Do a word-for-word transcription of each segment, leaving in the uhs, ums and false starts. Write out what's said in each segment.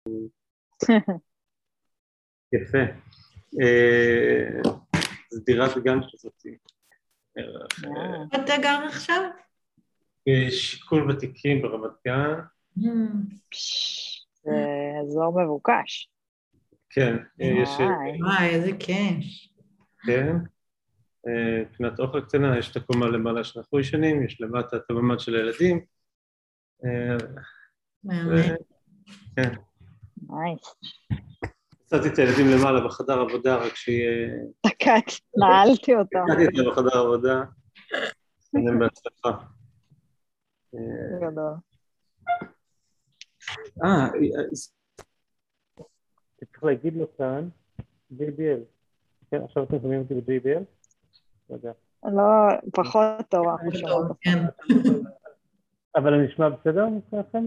יפה. זו דירת גן שזאתי. אתה גר עכשיו? בשיכון ותיקים ברמת גן. זה אזור מבוקש. כן, יש... וואי, איזה כיף. כן. פינת אוכל קטנה, יש את הקומה למעלה שאנחנו ישנים, יש למטה את הממ"ד של הילדים. באמת. כן. נייס. קצתי את הילדים למעלה בחדר עבודה, רק שהיא... תקעת, נעלתי אותה. קצתי את זה בחדר עבודה, אני בהצלחה. גדול. אה, צריך להגיד לו כאן, ג'יי בי אל. כן, עכשיו אתם שומעים אותי ב-ג'יי בי אל? לא יודע. לא, פחות טוב, אנחנו שומעות. אבל אני נשמע בסדר מבחינתכם?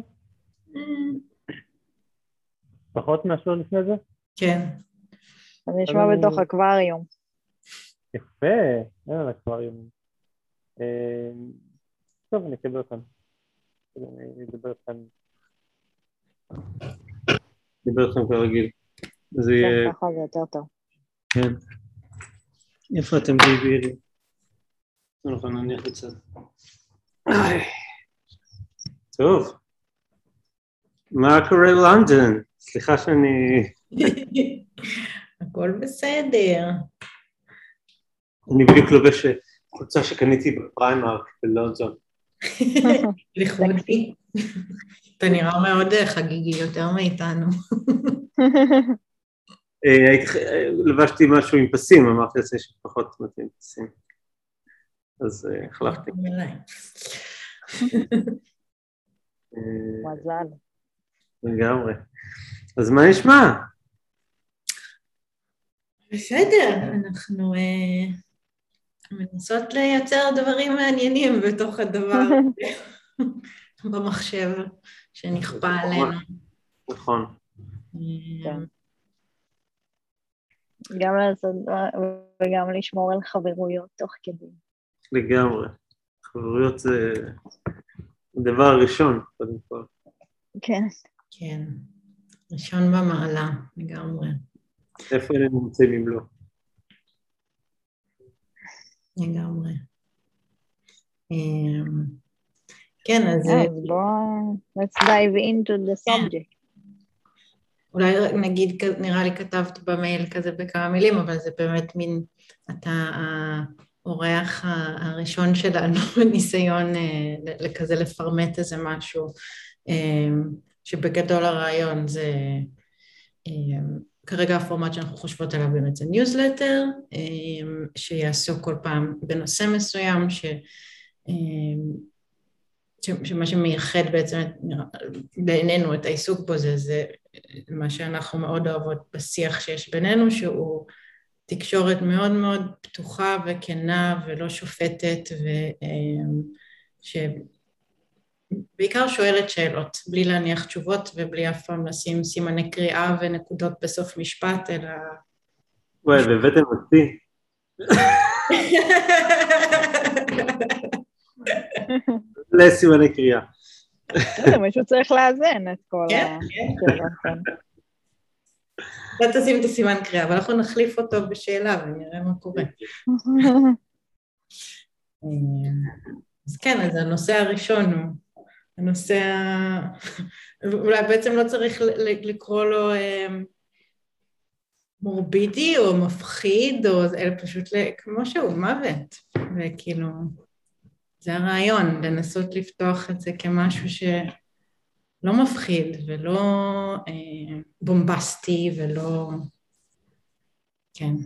פחות מאשר לפני זה? כן. אני נשמע בתוך אקווריום. יפה, אין על אקווריום. טוב, אני אקבל כאן. אני אדבר כאן. אדבר לכם כרגיל. זה יהיה... ככה זה יותר טוב. כן. איפה אתם ביבי? אנחנו נניח בצד. טוב. מה קורה לונדון? סליחה שאני... הכל בסדר. אני בדיוק לובש חולצה שקניתי בפריימרק בלונדון. לכבודי. אתה נראה מאוד חגיגי יותר מאיתנו. לבשתי משהו עם פסים, אמרתי לזה שפחות מתאים פסים. אז החלפתי. מזל. לגמרי. אז מה נשמע? בסדר, אנחנו מנסות לייצר דברים מעניינים בתוך הדבר במחשב שנכפה עלינו. נכון. גם לעשות, וגם לשמור על חברויות תוך כדי. לגמרי. חברויות זה הדבר הראשון, קודם כל. כן. כן. ראשון במעלה, לגמרי. איפה אלה נמצאים אם לא? לגמרי. כן, אז... בואו, let's dive into the subject. אולי נגיד, נראה לי כתבת במייל כזה בכמה מילים, אבל זה באמת מין, אתה האורח הראשון שלנו בניסיון לכזה לפרמט איזה משהו, שבגדול הרעיון זה, כרגע הפורמט שאנחנו חושבות עליו באמת זה ניוזלטר, שיעסוק כל פעם בנושא מסוים, ש... שמה שמייחד בעצם בעינינו את העיסוק בו זה, זה מה שאנחנו מאוד אוהבות בשיח שיש בינינו, שהוא תקשורת מאוד מאוד פתוחה וכנה ולא שופטת, ושבעיקר שואלת שאלות, בלי להניח תשובות ובלי אף פעם לשים סימני קריאה ונקודות בסוף משפט, אלא... וואי, והבאתם אותי. לסימני קריאה. מישהו צריך לאזן את כל ה... כן, אתה תשים את הסימן קריאה, אבל אנחנו נחליף אותו בשאלה ונראה מה קורה. אז כן, אז הנושא הראשון הוא, הנושא ה... אולי בעצם לא צריך לקרוא לו מורבידי או מפחיד, אלא פשוט כמו שהוא, מוות, וכאילו... זה הרעיון, לנסות לפתוח את זה כמשהו שלא מפחיד ולא אה, בומבסטי ולא... כן.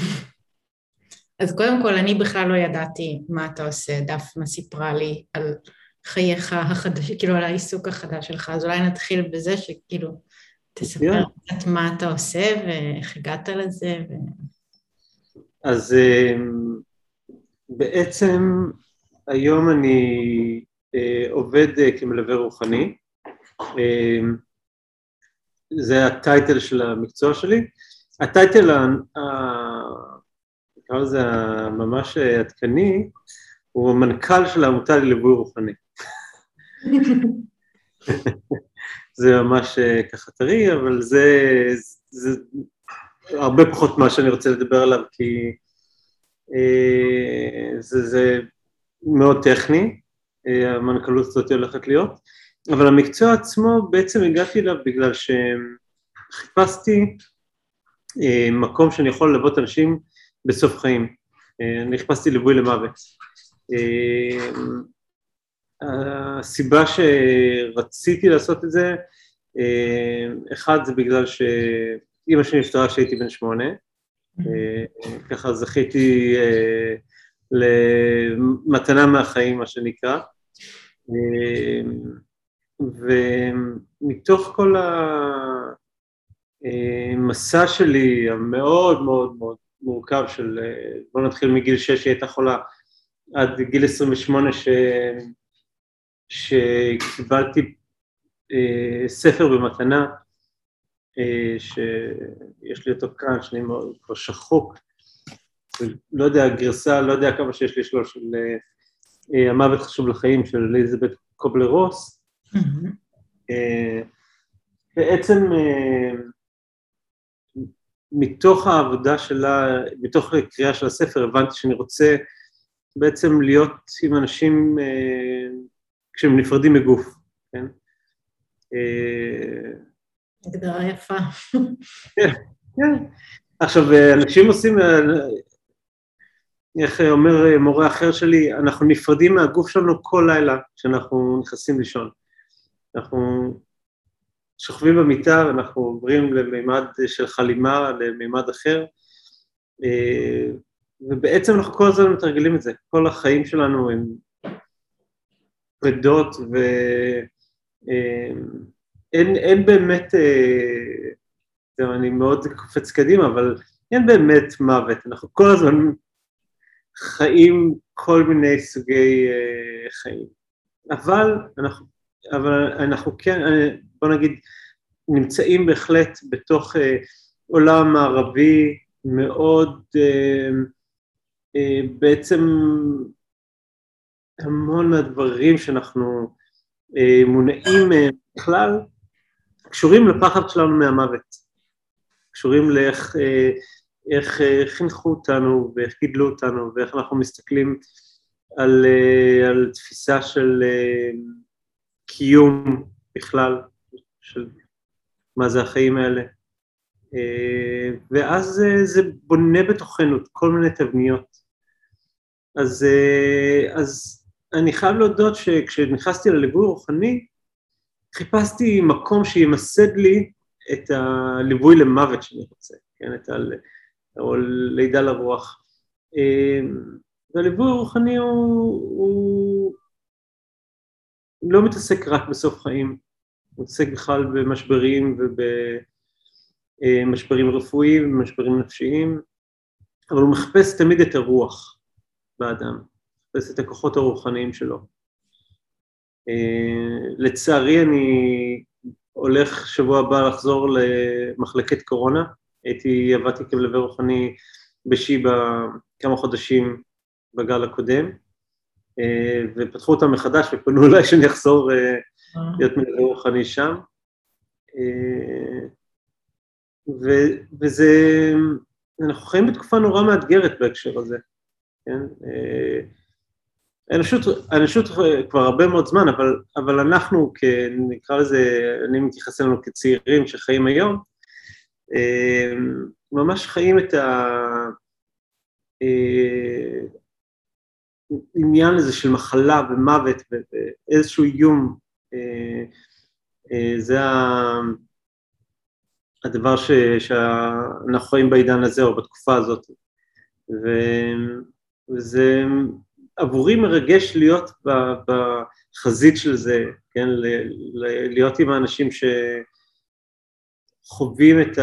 אז קודם כל, אני בכלל לא ידעתי מה אתה עושה, דפנה סיפרה לי על חייך החדש, כאילו על העיסוק החדש שלך, אז אולי נתחיל בזה שכאילו תספר קצת מה אתה עושה ואיך הגעת לזה. ו... אז בעצם... היום אני אה, עובד אה, כמלווה רוחני, אה, זה הטייטל של המקצוע שלי. הטייטל, נקרא לזה ממש עדכני, הוא המנכ"ל של העמותה לליווי רוחני. זה ממש ככה טרי, אבל זה, זה הרבה פחות מה שאני רוצה לדבר עליו, כי זה, זה מאוד טכני, המנכ"לות הזאת הולכת להיות, אבל המקצוע עצמו בעצם הגעתי אליו בגלל שחיפשתי מקום שאני יכול ללוות אנשים בסוף חיים. אני חיפשתי ליווי למוות. הסיבה שרציתי לעשות את זה, אחד זה בגלל שאמא שלי נפטרה כשהייתי בן שמונה, ככה זכיתי למתנה מהחיים, מה שנקרא, ומתוך כל המסע שלי המאוד מאוד מאוד מורכב של, בוא נתחיל מגיל שש, היא הייתה חולה, עד גיל עשרים ושמונה ש... שקיבלתי אה, ספר במתנה, אה, שיש לי אותו כאן, שאני מאוד כבר שחוק, לא יודע, גרסה, לא יודע כמה שיש לי שלו, של אה, המוות חשוב לחיים, של אליזבת קובלר-רוס. Mm-hmm. אה, בעצם אה, מתוך העבודה שלה, מתוך הקריאה של הספר, הבנתי שאני רוצה בעצם להיות עם אנשים אה, כשהם נפרדים מגוף, כן? הגדרה יפה. כן, כן. עכשיו, אנשים עושים, איך אומר מורה אחר שלי, אנחנו נפרדים מהגוף שלנו כל לילה כשאנחנו נכנסים לישון. אנחנו שוכבים במיטה ואנחנו עוברים למימד של חלימה, למימד אחר, ובעצם אנחנו כל הזמן מתרגלים את זה. כל החיים שלנו הם פרדות, ואין אין באמת, אני מאוד קופץ קדימה, אבל אין באמת מוות. אנחנו כל הזמן חיים כל מיני סוגי חיים. אבל אנחנו, אבל אנחנו כן, בוא נגיד, נמצאים בהחלט בתוך עולם מערבי מאוד, בעצם המון מהדברים שאנחנו מונעים בכלל, קשורים לפחד שלנו מהמוות, קשורים לאיך איך חינכו אותנו ואיך גידלו אותנו ואיך אנחנו מסתכלים על, על תפיסה של קיום בכלל, של מה זה החיים האלה. ואז זה בונה בתוכנו כל מיני תבניות. אז, אז אני חייב להודות שכשנכנסתי לליווי רוחני, חיפשתי מקום שימסד לי את הליווי למוות שאני רוצה, כן, את ה... או לידה לרוח. והליווי הרוחני הוא, הוא לא מתעסק רק בסוף חיים, הוא מתעסק בכלל במשברים ובמשברים רפואיים ומשברים נפשיים, אבל הוא מחפש תמיד את הרוח באדם, מחפש את הכוחות הרוחניים שלו. לצערי אני הולך שבוע הבא לחזור למחלקת קורונה, הייתי, עבדתי כמלווה רוחני בשיבא כמה חודשים בגל הקודם, ופתחו אותם מחדש ופנו אליי שאני אחזור להיות מלווה רוחני שם. וזה, אנחנו חיים בתקופה נורא מאתגרת בהקשר הזה, כן? האנושות, האנושות כבר הרבה מאוד זמן, אבל, אבל אנחנו, נקרא לזה, אני מתייחס אלינו כצעירים שחיים היום, ממש חיים את העניין הזה של מחלה ומוות ואיזשהו איום, זה הדבר שאנחנו חיים בעידן הזה או בתקופה הזאת, וזה עבורי מרגש להיות בחזית של זה, כן, להיות עם האנשים ש... חווים את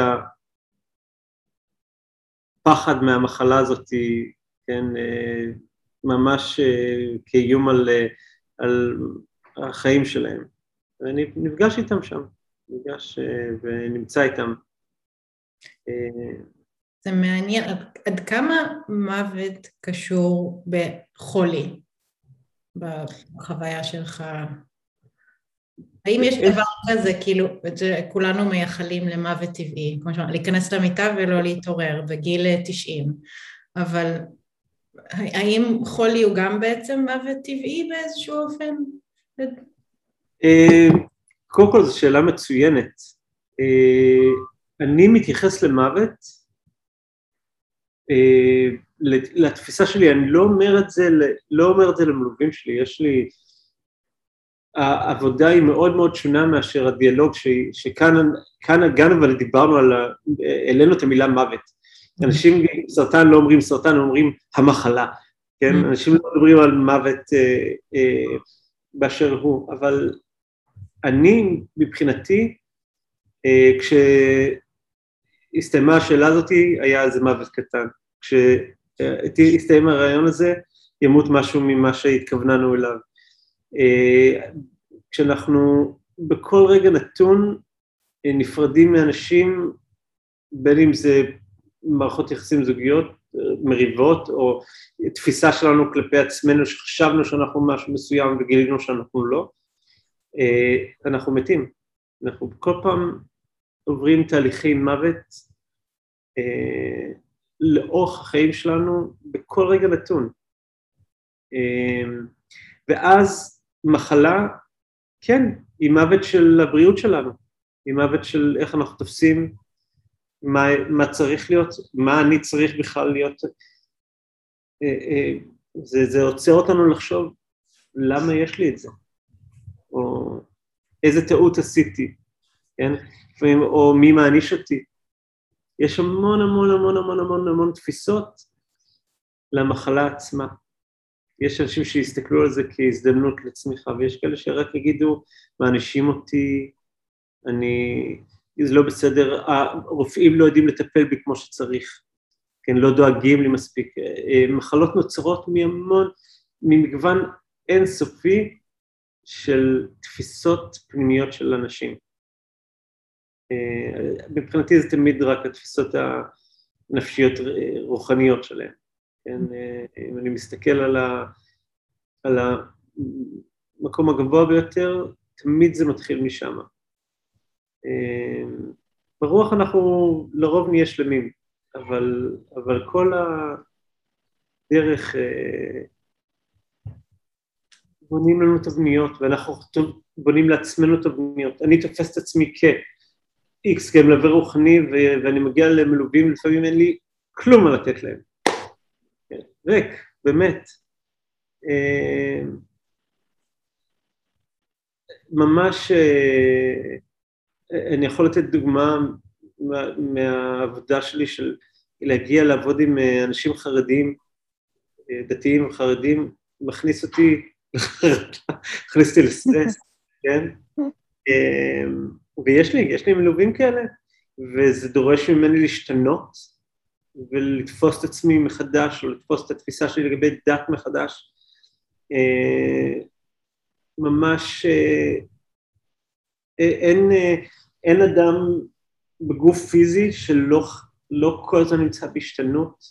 הפחד מהמחלה הזאת, כן, ממש כאיום על, על החיים שלהם. ואני נפגש איתם שם, נפגש ונמצא איתם. זה מעניין, עד כמה מוות קשור בחולי, בחוויה שלך? האם יש דבר כזה, כאילו, כולנו מייחלים למוות טבעי, כמו שאומר, להיכנס למיטה ולא להתעורר בגיל תשעים, אבל האם חולי הוא גם בעצם מוות טבעי באיזשהו אופן? קודם כל, זו שאלה מצוינת. אני מתייחס למוות, לתפיסה שלי, אני לא אומר את זה, לא אומר את זה למלווים שלי, יש לי, העבודה היא מאוד מאוד שונה מאשר הדיאלוג שכאן, כאן גם אבל דיברנו על, העלינו את המילה מוות. אנשים עם סרטן לא אומרים סרטן, אומרים המחלה, כן? אנשים לא מדברים על מוות באשר הוא, אבל אני מבחינתי, כשהסתיימה השאלה הזאת, היה איזה מוות קטן. כשהסתיים הרעיון הזה, ימות משהו ממה שהתכווננו אליו. כשאנחנו בכל רגע נתון נפרדים מאנשים, בין אם זה מערכות יחסים זוגיות, מריבות, או תפיסה שלנו כלפי עצמנו, שחשבנו שאנחנו משהו מסוים וגילינו שאנחנו לא, אנחנו מתים. אנחנו כל פעם עוברים תהליכי מוות לאורך החיים שלנו בכל רגע נתון. ואז מחלה, כן, היא מוות של הבריאות שלנו, היא מוות של איך אנחנו תופסים, מה, מה צריך להיות, מה אני צריך בכלל להיות. זה, זה עוצר אותנו לחשוב למה יש לי את זה, או איזה טעות עשיתי, כן? או מי מעניש אותי. יש המון המון המון המון המון המון תפיסות למחלה עצמה. יש אנשים שיסתכלו על זה כהזדמנות לצמיחה, ויש כאלה שרק יגידו, מענישים אותי, אני, זה לא בסדר, הרופאים לא יודעים לטפל בי כמו שצריך, כן, לא דואגים לי מספיק. מחלות נוצרות מהמון, ממגוון אינסופי של תפיסות פנימיות של אנשים. מבחינתי זה תמיד רק התפיסות הנפשיות רוחניות שלהם. כן, אם אני מסתכל על ה, על המקום הגבוה ביותר, תמיד זה מתחיל משם. ברוח אנחנו לרוב נהיה שלמים, אבל, אבל כל הדרך בונים לנו תבניות, ואנחנו בונים לעצמנו תבניות. אני תופס את עצמי כ-X, כמלווה רוחני, ואני מגיע למלווים, לפעמים אין לי כלום מה לתת להם. ריק, באמת. ממש, אני יכול לתת דוגמה מהעבודה שלי של להגיע לעבוד עם אנשים חרדים, דתיים חרדים, מכניס אותי, מכניס אותי לסטרס, כן? ויש לי, יש לי מלווים כאלה, וזה דורש ממני להשתנות, ולתפוס את עצמי מחדש, או לתפוס את התפיסה שלי לגבי דת מחדש. ממש אין, אין אדם בגוף פיזי שלא לא כל הזמן נמצא בהשתנות,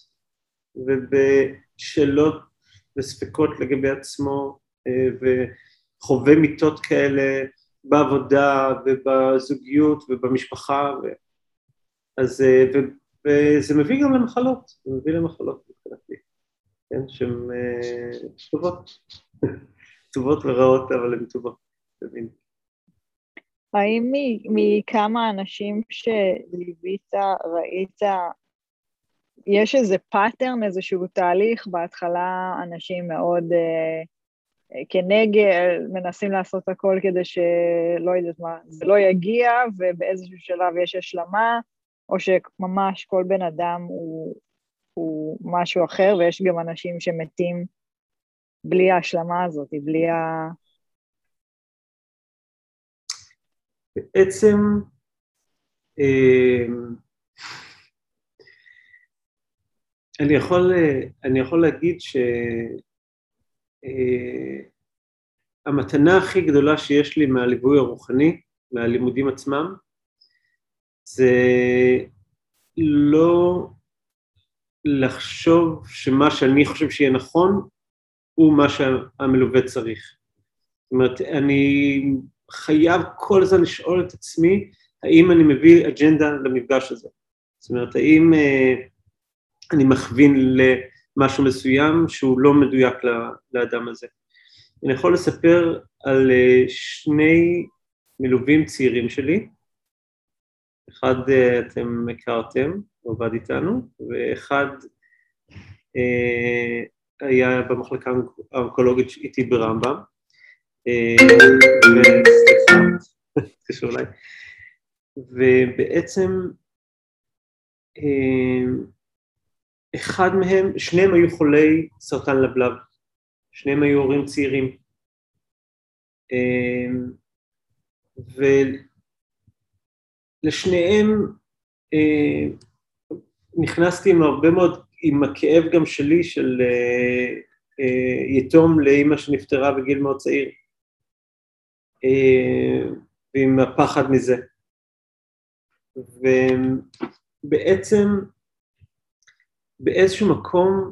ובשאלות וספקות לגבי עצמו, וחווה מיטות כאלה בעבודה ובזוגיות ובמשפחה. ו... אז, ו... וזה מביא גם למחלות, זה מביא למחלות, מבחינתי, כן, שהן טובות, טובות ורעות, אבל הן טובות, תבין. האם מכמה אנשים שליווית, ראית, יש איזה פאטרן, איזשהו תהליך, בהתחלה אנשים מאוד כנגד, מנסים לעשות הכל כדי שלא יודעת מה, זה לא יגיע, ובאיזשהו שלב יש השלמה, או שממש כל בן אדם הוא, הוא משהו אחר, ויש גם אנשים שמתים בלי ההשלמה הזאת, בלי ה... בעצם, אני יכול, אני יכול להגיד שהמתנה הכי גדולה שיש לי מהליווי הרוחני, מהלימודים עצמם, זה לא לחשוב שמה שאני חושב שיהיה נכון, הוא מה שהמלווה צריך. זאת אומרת, אני חייב כל הזמן לשאול את עצמי, האם אני מביא אג'נדה למפגש הזה. זאת אומרת, האם אה, אני מכווין למשהו מסוים שהוא לא מדויק לאדם הזה. אני יכול לספר על אה, שני מלווים צעירים שלי, אחד אה, אתם הכרתם, עובד איתנו, ואחד אה, היה במחלקה האונקולוגית איתי ברמב"ם, וסליחה, ובעצם אחד מהם, שניהם היו חולי סרטן לבלב, שניהם היו הורים צעירים, ולשניהם נכנסתי עם הרבה מאוד, עם הכאב גם שלי של יתום לאמא שנפטרה בגיל מאוד צעיר, ועם הפחד מזה. ובעצם באיזשהו מקום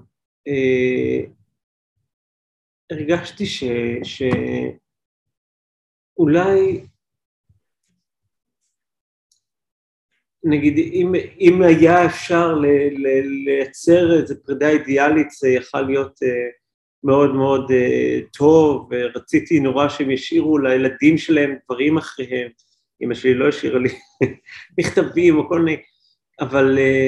הרגשתי ש, שאולי, נגיד, אם, אם היה אפשר ל, ל, לייצר איזו פרידה אידיאלית, זה יכל להיות מאוד מאוד טוב, ורציתי נורא שהם ישאירו לילדים שלהם דברים אחריהם, אמא שלי לא השאירה לי מכתבים או כל מיני, אבל,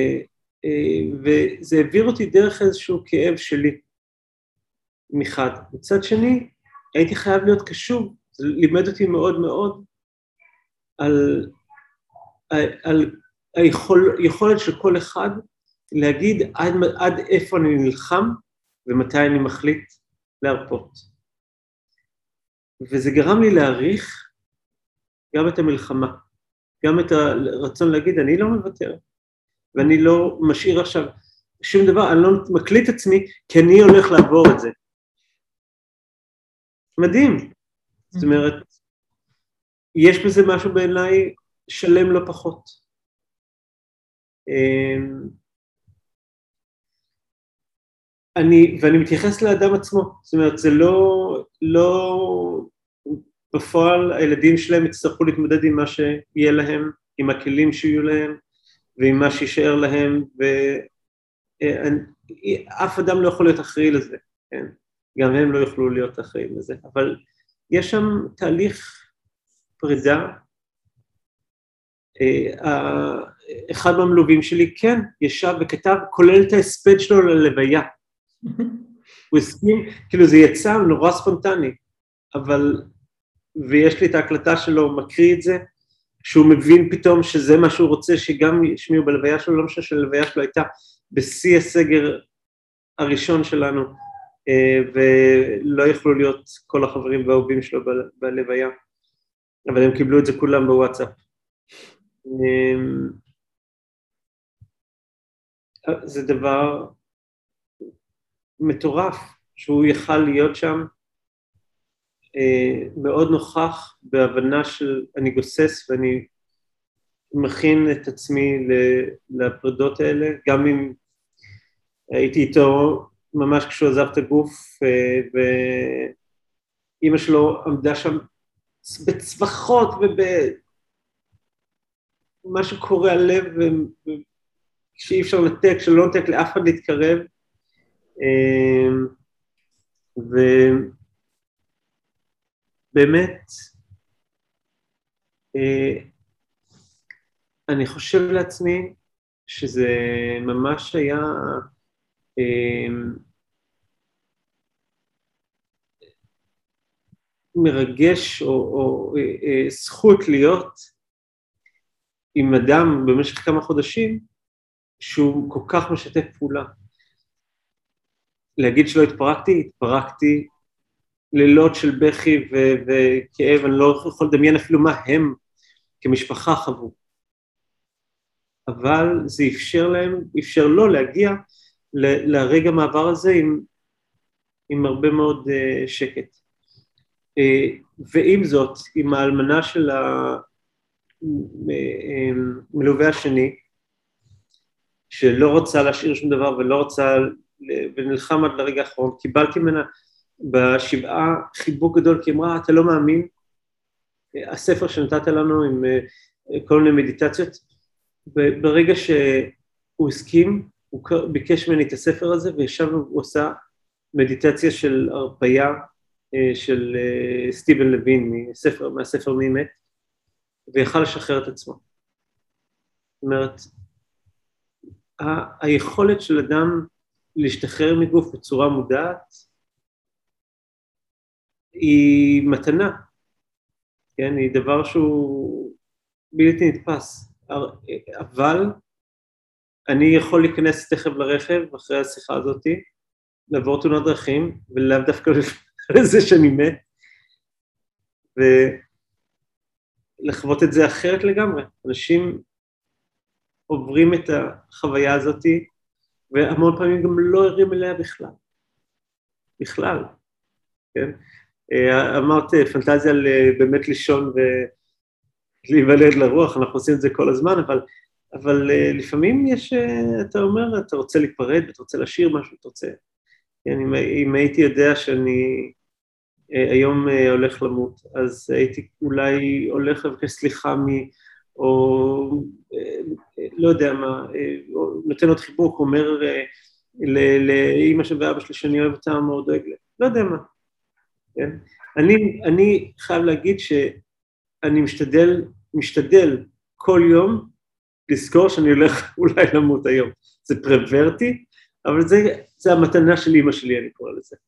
וזה העביר אותי דרך איזשהו כאב שלי, מחד. מצד שני, הייתי חייב להיות קשוב, זה לימד אותי מאוד מאוד, על, על היכולת של כל אחד, להגיד עד, עד איפה אני נלחם, ומתי אני מחליט להרפות. וזה גרם לי להעריך גם את המלחמה, גם את הרצון להגיד, אני לא מוותר, ואני לא משאיר עכשיו שום דבר, אני לא מקליט עצמי, כי אני הולך לעבור את זה. מדהים. זאת אומרת, יש בזה משהו בעיניי שלם לא פחות. אני, ואני מתייחס לאדם עצמו, זאת אומרת, זה לא, לא, בפועל הילדים שלהם יצטרכו להתמודד עם מה שיהיה להם, עם הכלים שיהיו להם, ועם מה שישאר להם, ואף אדם לא יכול להיות אחראי לזה, כן? גם הם לא יוכלו להיות אחראים לזה, אבל יש שם תהליך פרידה, אחד מהמלווים שלי, כן, ישב וכתב, כולל את ההספד שלו ללוויה, הוא הסכים, כאילו זה יצא נורא ספונטני, אבל, ויש לי את ההקלטה שלו, מקריא את זה, שהוא מבין פתאום שזה מה שהוא רוצה, שגם ישמיעו בלוויה שלו, לא משנה שללוויה שלו הייתה בשיא הסגר הראשון שלנו, ולא יכלו להיות כל החברים והאהובים שלו בלוויה, אבל הם קיבלו את זה כולם בוואטסאפ. זה דבר מטורף, שהוא יכל להיות שם, מאוד נוכח בהבנה של אני גוסס ואני מכין את עצמי לפרידות האלה, גם אם הייתי איתו ממש כשהוא עזב את הגוף, ואמא שלו עמדה שם בצווחות ובמה שקורה על לב, שאי אפשר לתק, שלא נתק לאף אחד להתקרב, ובאמת, אני חושב לעצמי שזה ממש היה מרגש או, או זכות להיות עם אדם במשך כמה חודשים שהוא כל כך משתף פעולה. להגיד שלא התפרקתי, התפרקתי לילות של בכי ו- וכאב, אני לא יכול לדמיין אפילו מה הם כמשפחה חוו. אבל זה אפשר להם, אפשר לו להגיע ל- לרגע המעבר הזה עם, עם הרבה מאוד uh, שקט. Uh, ועם זאת, עם האלמנה של המלווה השני, שלא רוצה להשאיר שום דבר ולא רוצה, ונלחם עד לרגע האחרון, קיבלתי ממנה בשבעה חיבוק גדול, כי אמרה, אתה לא מאמין, הספר שנתת לנו עם כל מיני מדיטציות, ברגע שהוא הסכים, הוא ביקש ממני את הספר הזה, וישבנו, הוא עשה מדיטציה של הרפאיה של סטיבן לוין, מהספר, מהספר מי מת, ויכל לשחרר את עצמו. זאת אומרת, ה- היכולת של אדם להשתחרר מגוף בצורה מודעת, היא מתנה, כן? היא דבר שהוא בלתי נתפס, אבל אני יכול להיכנס תכף לרכב אחרי השיחה הזאת, לעבור תאונת דרכים, ולאו דווקא לזה שאני מת, ולחוות את זה אחרת לגמרי. אנשים עוברים את החוויה הזאת, והמון פעמים גם לא ערים אליה בכלל. בכלל, כן? אמרת פנטזיה על באמת לישון ולהיוולד לרוח, אנחנו עושים את זה כל הזמן, אבל, אבל לפעמים יש, אתה אומר, אתה רוצה להיפרד, אתה רוצה להשאיר משהו, אתה רוצה... כן, אם, אם הייתי יודע שאני היום הולך למות, אז הייתי אולי הולך לבקש סליחה מ... או לא יודע מה, נותן עוד חיבוק, אומר לאמא שלי ואבא שלי שאני אוהב אותם מאוד דואג להם, לא יודע מה. כן? אני, אני חייב להגיד שאני משתדל, משתדל כל יום לזכור שאני הולך אולי למות היום. זה פרוורטי, אבל זה, זה המתנה של אמא שלי, אני קורא לזה.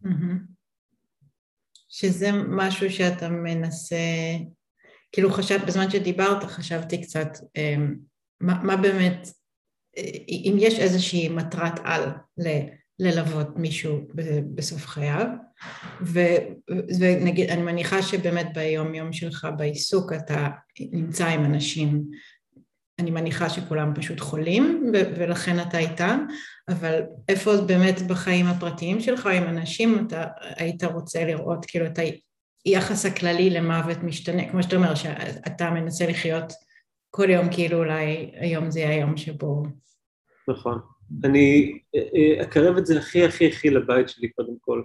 שזה משהו שאתה מנסה, כאילו חשב, בזמן שדיברת חשבתי קצת, מה, מה באמת, אם יש איזושהי מטרת על ל... ללוות מישהו בסוף חייו, ונגיד, אני מניחה שבאמת ביום יום שלך בעיסוק אתה נמצא עם אנשים, אני מניחה שכולם פשוט חולים, ולכן אתה איתם, אבל איפה באמת בחיים הפרטיים שלך עם אנשים, אתה היית רוצה לראות כאילו את היחס הכללי למוות משתנה, כמו שאתה אומר, שאתה מנסה לחיות כל יום, כאילו אולי היום זה היום שבו... נכון. אני אקרב את זה הכי הכי הכי לבית שלי קודם כל.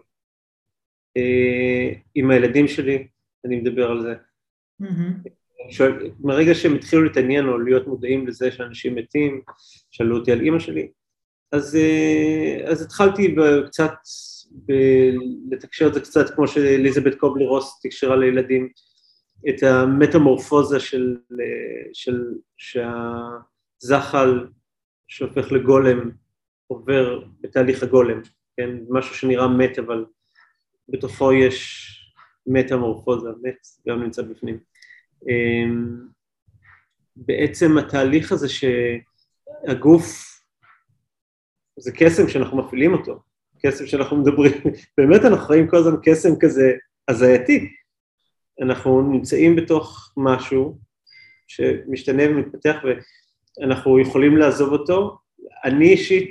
עם הילדים שלי, אני מדבר על זה. מרגע שהם התחילו להתעניין או להיות מודעים לזה שאנשים מתים, שאלו אותי על אמא שלי, אז, אז התחלתי קצת לתקשר את זה קצת כמו שאליזבת קובלי-רוס תקשרה לילדים, את המטמורפוזה של, של שהזחל שהופך לגולם, עובר בתהליך הגולם, כן? משהו שנראה מת, אבל בתוכו יש מטמורפוזה, מת גם נמצא בפנים. בעצם התהליך הזה שהגוף, זה קסם שאנחנו מפעילים אותו, קסם שאנחנו מדברים, באמת אנחנו רואים כל הזמן קסם כזה הזייתי, אנחנו נמצאים בתוך משהו שמשתנה ומתפתח ואנחנו יכולים לעזוב אותו. אני אישית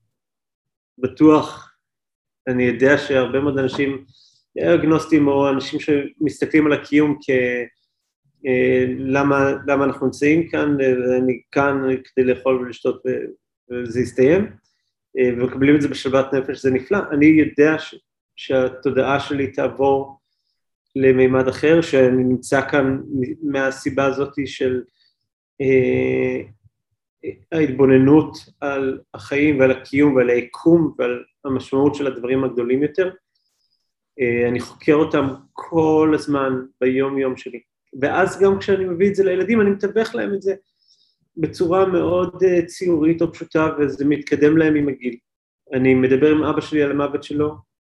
בטוח, אני יודע שהרבה מאוד אנשים אגנוסטים או אנשים שמסתכלים על הקיום כ... למה, למה אנחנו נמצאים כאן, ואני כאן כדי לאכול ולשתות וזה יסתיים, ומקבלים את זה בשלוות נפש, זה נפלא. אני יודע ש... שהתודעה שלי תעבור למימד אחר, שאני נמצא כאן מהסיבה הזאת של אה, ההתבוננות על החיים ועל הקיום ועל היקום ועל המשמעות של הדברים הגדולים יותר. אה, אני חוקר אותם כל הזמן ביום יום שלי, ואז גם כשאני מביא את זה לילדים, אני מתווך להם את זה בצורה מאוד uh, ציורית או פשוטה, וזה מתקדם להם עם הגיל. אני מדבר עם אבא שלי על המוות שלו,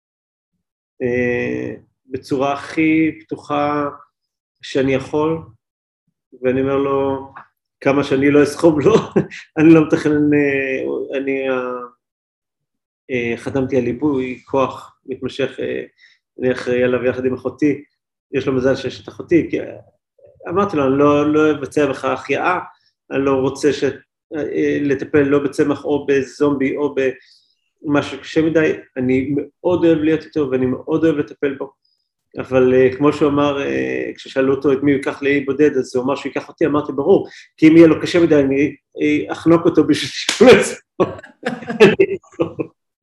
uh, בצורה הכי פתוחה שאני יכול, ואני אומר לו, כמה שאני לא אסחוב לו, אני לא מתכנן, uh, אני uh, uh, חתמתי על ליבוי, כוח מתמשך, uh, אני אחראי עליו יחד עם אחותי, יש לו מזל שיש את אחותי, כי אמרתי לו, אני לא, לא אבצע בך החייאה, אני לא רוצה ש... לטפל לא בצמח או בזומבי או במשהו קשה מדי, אני מאוד אוהב להיות איתו ואני מאוד אוהב לטפל בו, אבל כמו שהוא אמר, כששאלו אותו את מי הוא ייקח לאי בודד, אז הוא אמר שהוא ייקח אותי, אמרתי ברור, כי אם יהיה לו קשה מדי, אני אחנוק אותו בשביל שהוא עצמו.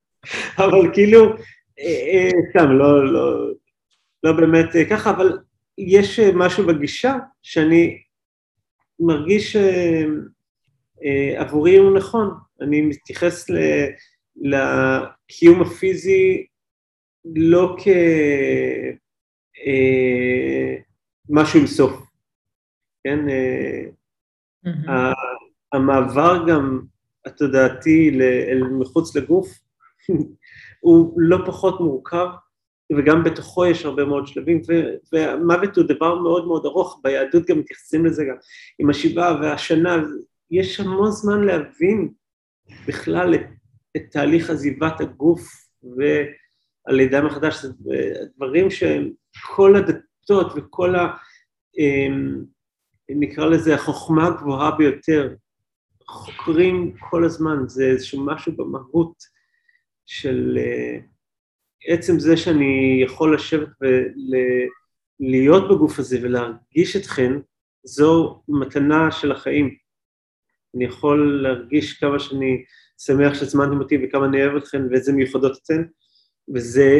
אבל כאילו, סתם, לא, לא, לא באמת ככה, אבל יש משהו בגישה שאני מרגיש שעבורי הוא נכון, אני מתייחס לקיום הפיזי לא כמשהו עם סוף, כן? Mm-hmm. המעבר גם התודעתי אל מחוץ לגוף הוא לא פחות מורכב, וגם בתוכו יש הרבה מאוד שלבים, והמוות הוא דבר מאוד מאוד ארוך, ביהדות גם מתייחסים לזה גם, עם השבעה והשנה, יש המון זמן להבין בכלל את, את תהליך עזיבת הגוף, והלידה מחדש, זה דברים שהם כל הדתות וכל ה... נקרא לזה החוכמה הגבוהה ביותר, חוקרים כל הזמן, זה איזשהו משהו במהות של... עצם זה שאני יכול לשבת ולהיות בגוף הזה ולהרגיש אתכן, זו מתנה של החיים. אני יכול להרגיש כמה שאני שמח שזמנתם אותי וכמה אני אוהב אתכן ואיזה מיוחדות אתן, וזה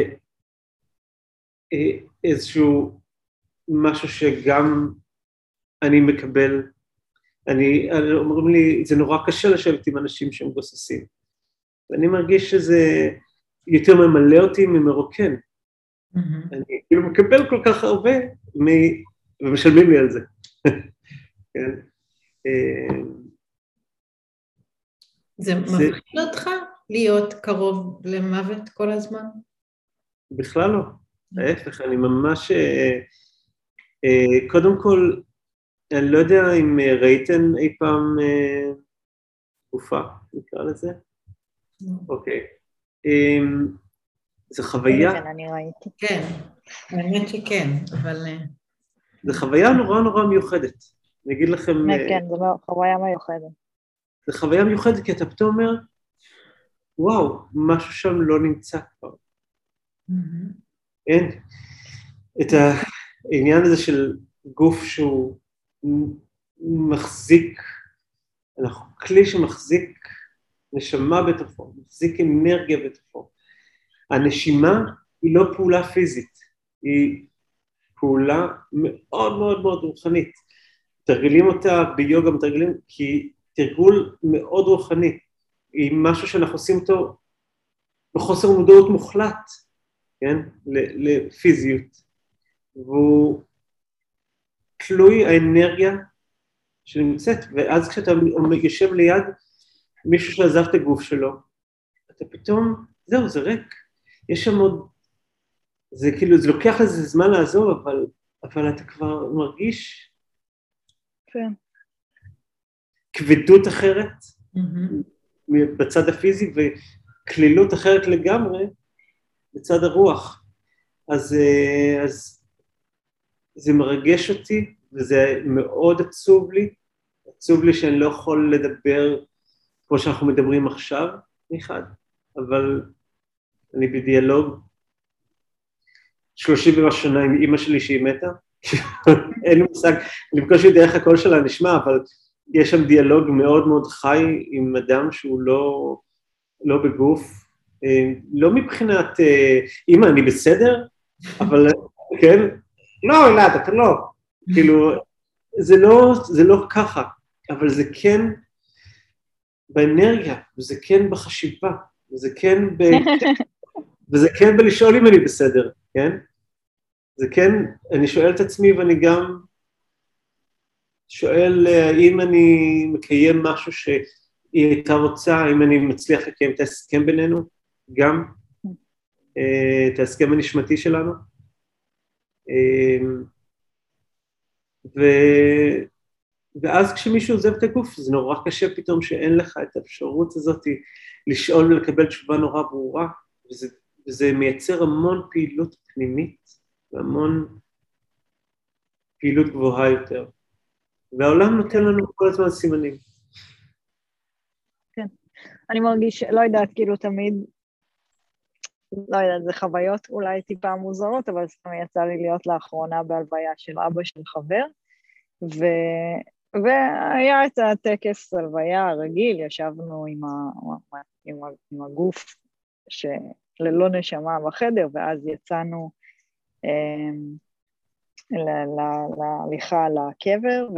איזשהו משהו שגם אני מקבל. אני, אומרים לי, זה נורא קשה לשבת עם אנשים שהם גוססים, ואני מרגיש שזה... יותר ממלא אותי ממרוקן. Mm-hmm. אני כאילו מקבל כל כך הרבה, מ... ומשלמים לי על זה. כן. זה מפחיד אותך להיות קרוב למוות כל הזמן? בכלל לא. ההפך, אני ממש... קודם כל, אני לא יודע אם ראיתן אי פעם תקופה, נקרא לזה? אוקיי. זה חוויה... כן, אני ראיתי. כן, האמת שכן, אבל... זה חוויה נורא נורא מיוחדת. אני אגיד לכם... כן, זה חוויה מיוחדת. זה חוויה מיוחדת, כי אתה פתאום אומר, וואו, משהו שם לא נמצא כבר. אין. את העניין הזה של גוף שהוא מחזיק, אנחנו כלי שמחזיק נשמה בתוכו, מחזיק אנרגיה בתוכו. הנשימה היא לא פעולה פיזית, היא פעולה מאוד מאוד מאוד רוחנית. תרגלים אותה ביוגה, מתרגלים, כי תרגול מאוד רוחני, היא משהו שאנחנו עושים אותו בחוסר מודעות מוחלט, כן? לפיזיות. והוא תלוי האנרגיה שנמצאת, ואז כשאתה יושב ליד מישהו שעזב את הגוף שלו, אתה פתאום, זהו, זה ריק. יש שם עוד, זה כאילו, זה לוקח לזה זמן לעזוב, אבל, אבל אתה כבר מרגיש כן. כבדות אחרת, mm-hmm. בצד הפיזי, וכלילות אחרת לגמרי, בצד הרוח. אז, אז זה מרגש אותי, וזה מאוד עצוב לי, עצוב לי שאני לא יכול לדבר כמו שאנחנו מדברים עכשיו, אחד, אבל אני בדיאלוג שלושים ומשהו שנה עם אמא שלי שהיא מתה, אין לי מושג, אני בקושי דרך הקול שלה נשמע, אבל יש שם דיאלוג מאוד מאוד חי עם אדם שהוא לא, לא בגוף, לא מבחינת, אמא אני בסדר, אבל כן, לא אלעד, אתה לא, כאילו, זה לא, זה לא ככה, אבל זה כן באנרגיה, וזה כן בחשיבה, וזה כן ב... וזה כן בלשאול אם אני בסדר, כן? זה כן, אני שואל את עצמי ואני גם שואל האם אני מקיים משהו שהיא הייתה רוצה, האם אני מצליח לקיים את ההסכם בינינו, גם את ההסכם הנשמתי שלנו. ו... ואז כשמישהו עוזב את הגוף, זה נורא קשה פתאום שאין לך את האפשרות הזאת לשאול ולקבל תשובה נורא ברורה, וזה, וזה מייצר המון פעילות פנימית, והמון פעילות גבוהה יותר. והעולם נותן לנו כל הזמן סימנים. כן. אני מרגיש, לא יודעת, כאילו תמיד, לא יודעת, זה חוויות אולי טיפה מוזרות, אבל סתם יצא לי להיות לאחרונה בהלוויה של אבא של חבר, ו... והיה את הטקס הלוויה הרגיל, ישבנו עם, ה... עם, ה... עם הגוף שללא נשמה בחדר, ואז יצאנו, להליכה לקבר,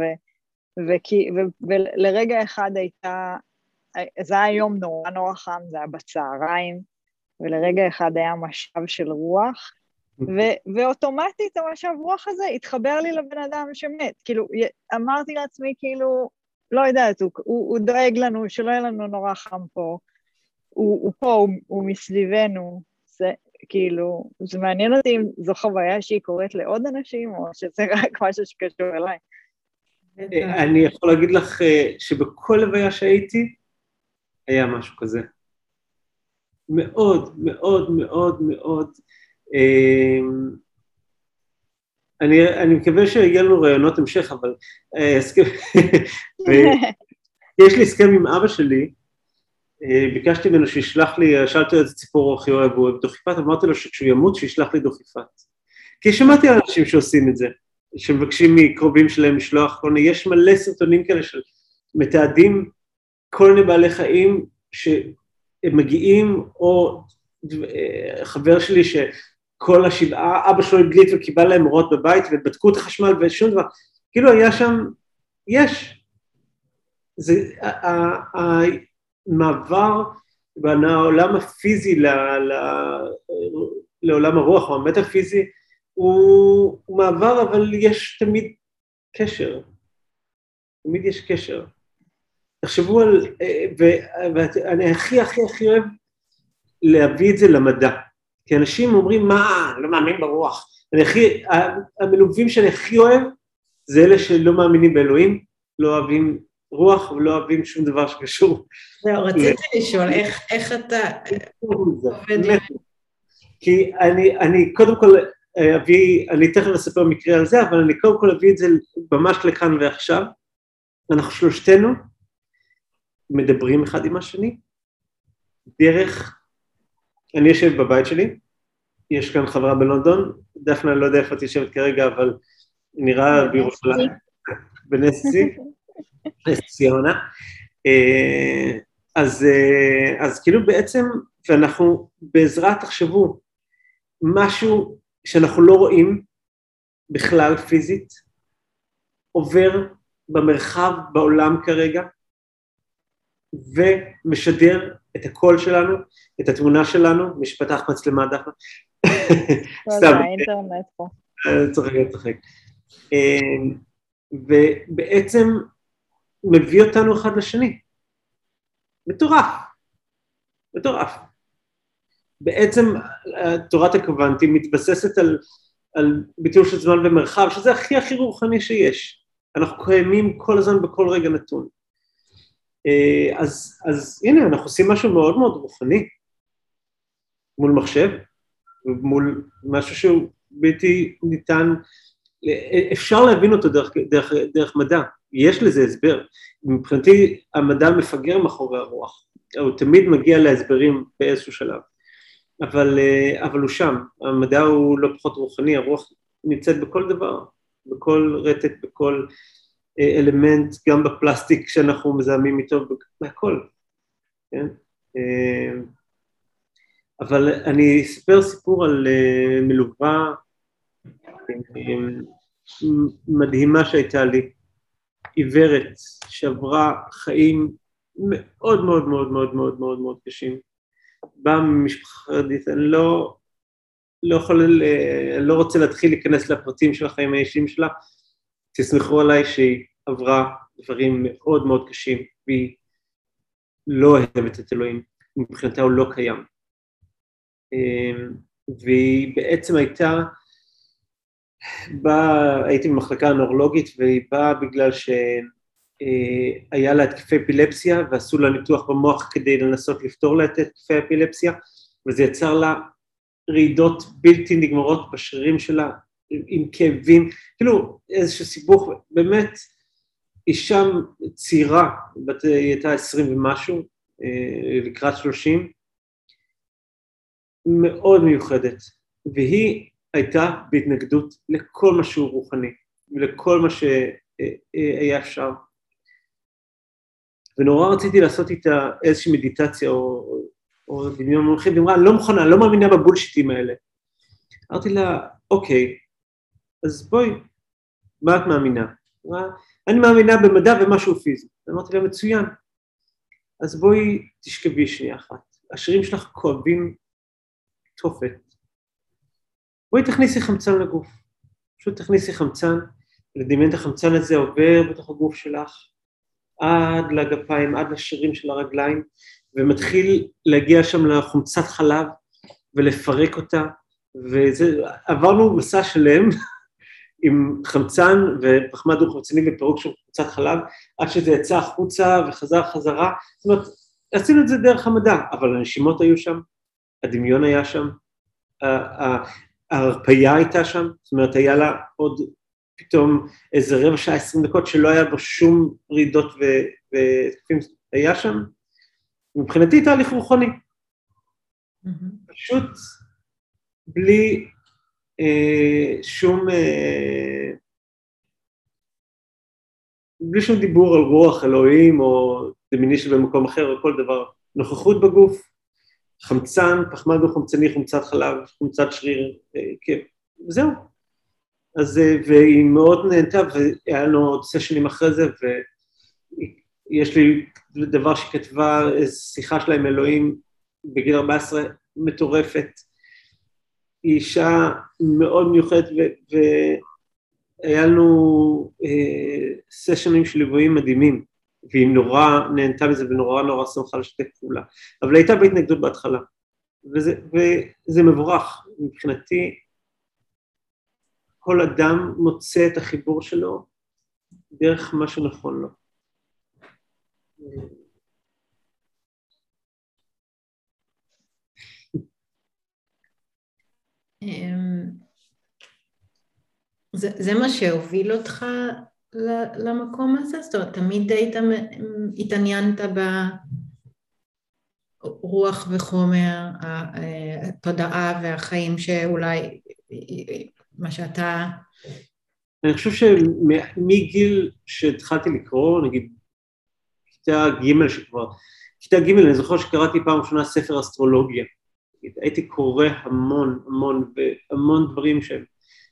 ולרגע אחד הייתה, זה היה יום נורא נורא חם, זה היה בצהריים, ולרגע אחד היה משב של רוח, ו- ואוטומטית המשב רוח הזה התחבר לי לבן אדם שמת, כאילו אמרתי לעצמי כאילו, לא יודעת, הוא, הוא, הוא דואג לנו, שלא יהיה לנו נורא חם פה, הוא, הוא פה, הוא, הוא מסביבנו, זה כאילו, זה מעניין אותי אם זו חוויה שהיא קורית לעוד אנשים, או שזה רק משהו שקשור אליי. אני יכול להגיד לך שבכל הוויה שהייתי, היה משהו כזה. מאוד, מאוד, מאוד, מאוד. אני, אני מקווה שיהיה לנו רעיונות המשך, אבל יש לי הסכם עם אבא שלי, ביקשתי ממנו שישלח לי, שאלתי איזה ציפור הכי אוהב, הוא אוהב דוכיפת, אמרתי לו שכשהוא ימות שישלח לי דוכיפת. כי שמעתי על אנשים שעושים את זה, שמבקשים מקרובים שלהם לשלוח כל מיני, יש מלא סרטונים כאלה של מתעדים כל מיני בעלי חיים שהם מגיעים, או חבר שלי שכל השבעה, אבא שלו הגליט וקיבל להם אורות בבית, ובדקו את החשמל ושום דבר, כאילו היה שם, יש. זה, המעבר בין העולם הפיזי לעולם הרוח, או המטאפיזי, הוא, הוא מעבר, אבל יש תמיד קשר. תמיד יש קשר. תחשבו על, ואני הכי הכי הכי אוהב להביא את זה למדע. כי אנשים אומרים, מה, לא מאמין ברוח. אני הכי, המלווים שאני הכי אוהב, זה אלה שלא מאמינים באלוהים, לא אוהבים רוח, ולא אוהבים שום דבר שקשור. זהו, רציתי לשאול, איך אתה... כי אני קודם כל אביא, אני תכף אספר מקרה על זה, אבל אני קודם כל אביא את זה ממש לכאן ועכשיו. אנחנו שלושתנו מדברים אחד עם השני, דרך, אני יושב בבית שלי, יש כאן חברה בלונדון, דפנה לא יודע איפה את יושבת כרגע, אבל נראה בירושלים, בנסי, נס ציונה, אז, אז כאילו בעצם, ואנחנו בעזרת תחשבו, משהו שאנחנו לא רואים בכלל פיזית, עובר במרחב בעולם כרגע, ומשדר את הקול שלנו, את התמונה שלנו, מי שפתח מצלמה דפנה. סתם. האינטרנט פה. צוחק, צוחק. ובעצם מביא אותנו אחד לשני. מטורף. מטורף. בעצם תורת הקוונטים מתבססת על, על ביטול של זמן ומרחב, שזה הכי הכי רוחני שיש. אנחנו קיימים כל הזמן בכל רגע נתון. אז, אז הנה, אנחנו עושים משהו מאוד מאוד רוחני, מול מחשב, מול משהו שהוא בלתי ניתן, אפשר להבין אותו דרך, דרך, דרך מדע, יש לזה הסבר. מבחינתי, המדע מפגר מאחורי הרוח, הוא תמיד מגיע להסברים באיזשהו שלב, אבל, אבל הוא שם, המדע הוא לא פחות רוחני, הרוח נמצאת בכל דבר, בכל רטט, בכל אלמנט, גם בפלסטיק שאנחנו מזהמים איתו, מהכל, כן? אבל אני אספר סיפור על מלווה מדהימה שהייתה לי, עיוורת, שעברה חיים מאוד מאוד מאוד מאוד מאוד מאוד מאוד קשים, באה ממשפחה חרדית, אני לא, לא יכול, אני לא רוצה להתחיל להיכנס לפרטים של החיים האישיים שלה, תסמכו עליי שהיא עברה דברים מאוד מאוד קשים, והיא לא אוהבת את אלוהים, מבחינתה הוא לא קיים. והיא בעצם הייתה, באה, הייתי במחלקה הנורולוגית, והיא באה בגלל שהיה לה התקפי אפילפסיה, ועשו לה ניתוח במוח כדי לנסות לפתור לה את התקפי אפילפסיה, וזה יצר לה רעידות בלתי נגמרות בשרירים שלה, עם כאבים, כאילו איזשהו סיבוך, באמת אישה צעירה, היא הייתה עשרים ומשהו, לקראת שלושים, מאוד מיוחדת, והיא הייתה בהתנגדות לכל מה שהוא רוחני, ולכל מה שהיה אפשר. ונורא רציתי לעשות איתה איזושהי מדיטציה, או, או דמיון מונחית, ואמרה, אני לא מוכנה, אני לא מאמינה בבולשיטים האלה. אמרתי לה, אוקיי, אז בואי, מה את מאמינה? אני מאמינה במדע ומשהו פיזי. אמרתי לה, מצוין. אז בואי תשכבי שנייה אחת. השרירים שלך כואבים תופת. בואי תכניסי חמצן לגוף. פשוט תכניסי חמצן, לדמיין את החמצן הזה עובר בתוך הגוף שלך, עד לגפיים, עד לשרירים של הרגליים, ומתחיל להגיע שם לחומצת חלב, ולפרק אותה, ועברנו מסע שלם, עם חמצן ופחמן דו-חמצני ופירוק של חומצת חלב, עד שזה יצא החוצה וחזר חזרה, זאת אומרת, עשינו את זה דרך המדע, אבל הנשימות היו שם, הדמיון היה שם, ההרפאיה הייתה שם, זאת אומרת, היה לה עוד פתאום איזה רבע שעה, עשרים דקות, שלא היה בו שום רעידות ותקפים, היה שם, מבחינתי תהליך רוחני, פשוט בלי אה, שום, אה, בלי שום דיבור על רוח אלוהים, או דמיני שבמקום אחר, או כל דבר, נוכחות בגוף, חמצן, פחמן דו-חמצני, חומצת חלב, חומצת שריר, כן, וזהו. אז, והיא מאוד נהנתה, והיה לנו עוד סשנים אחרי זה, ויש לי דבר שכתבה, שיחה שלה עם אלוהים, בגיל ארבע עשרה, מטורפת, היא אישה מאוד מיוחדת, והיה לנו אה, סשנים של ליוויים מדהימים, והיא נורא נהנתה מזה, ונורא נורא שמחה לשתף פעולה. אבל הייתה בהתנגדות בהתחלה, וזה, וזה מבורך. מבחינתי, כל אדם מוצא את החיבור שלו, דרך מה שנכון לו. זה, זה מה שהוביל אותך למקום הזה? זאת אומרת, תמיד היית, התעניינת ברוח וחומר, התודעה והחיים שאולי, מה שאתה... אני חושב שמגיל שהתחלתי לקרוא, נגיד, כיתה ג' שכבר, כיתה ג' אני זוכר שקראתי פעם ראשונה ספר אסטרולוגיה, הייתי קורא המון, המון, והמון דברים שהם,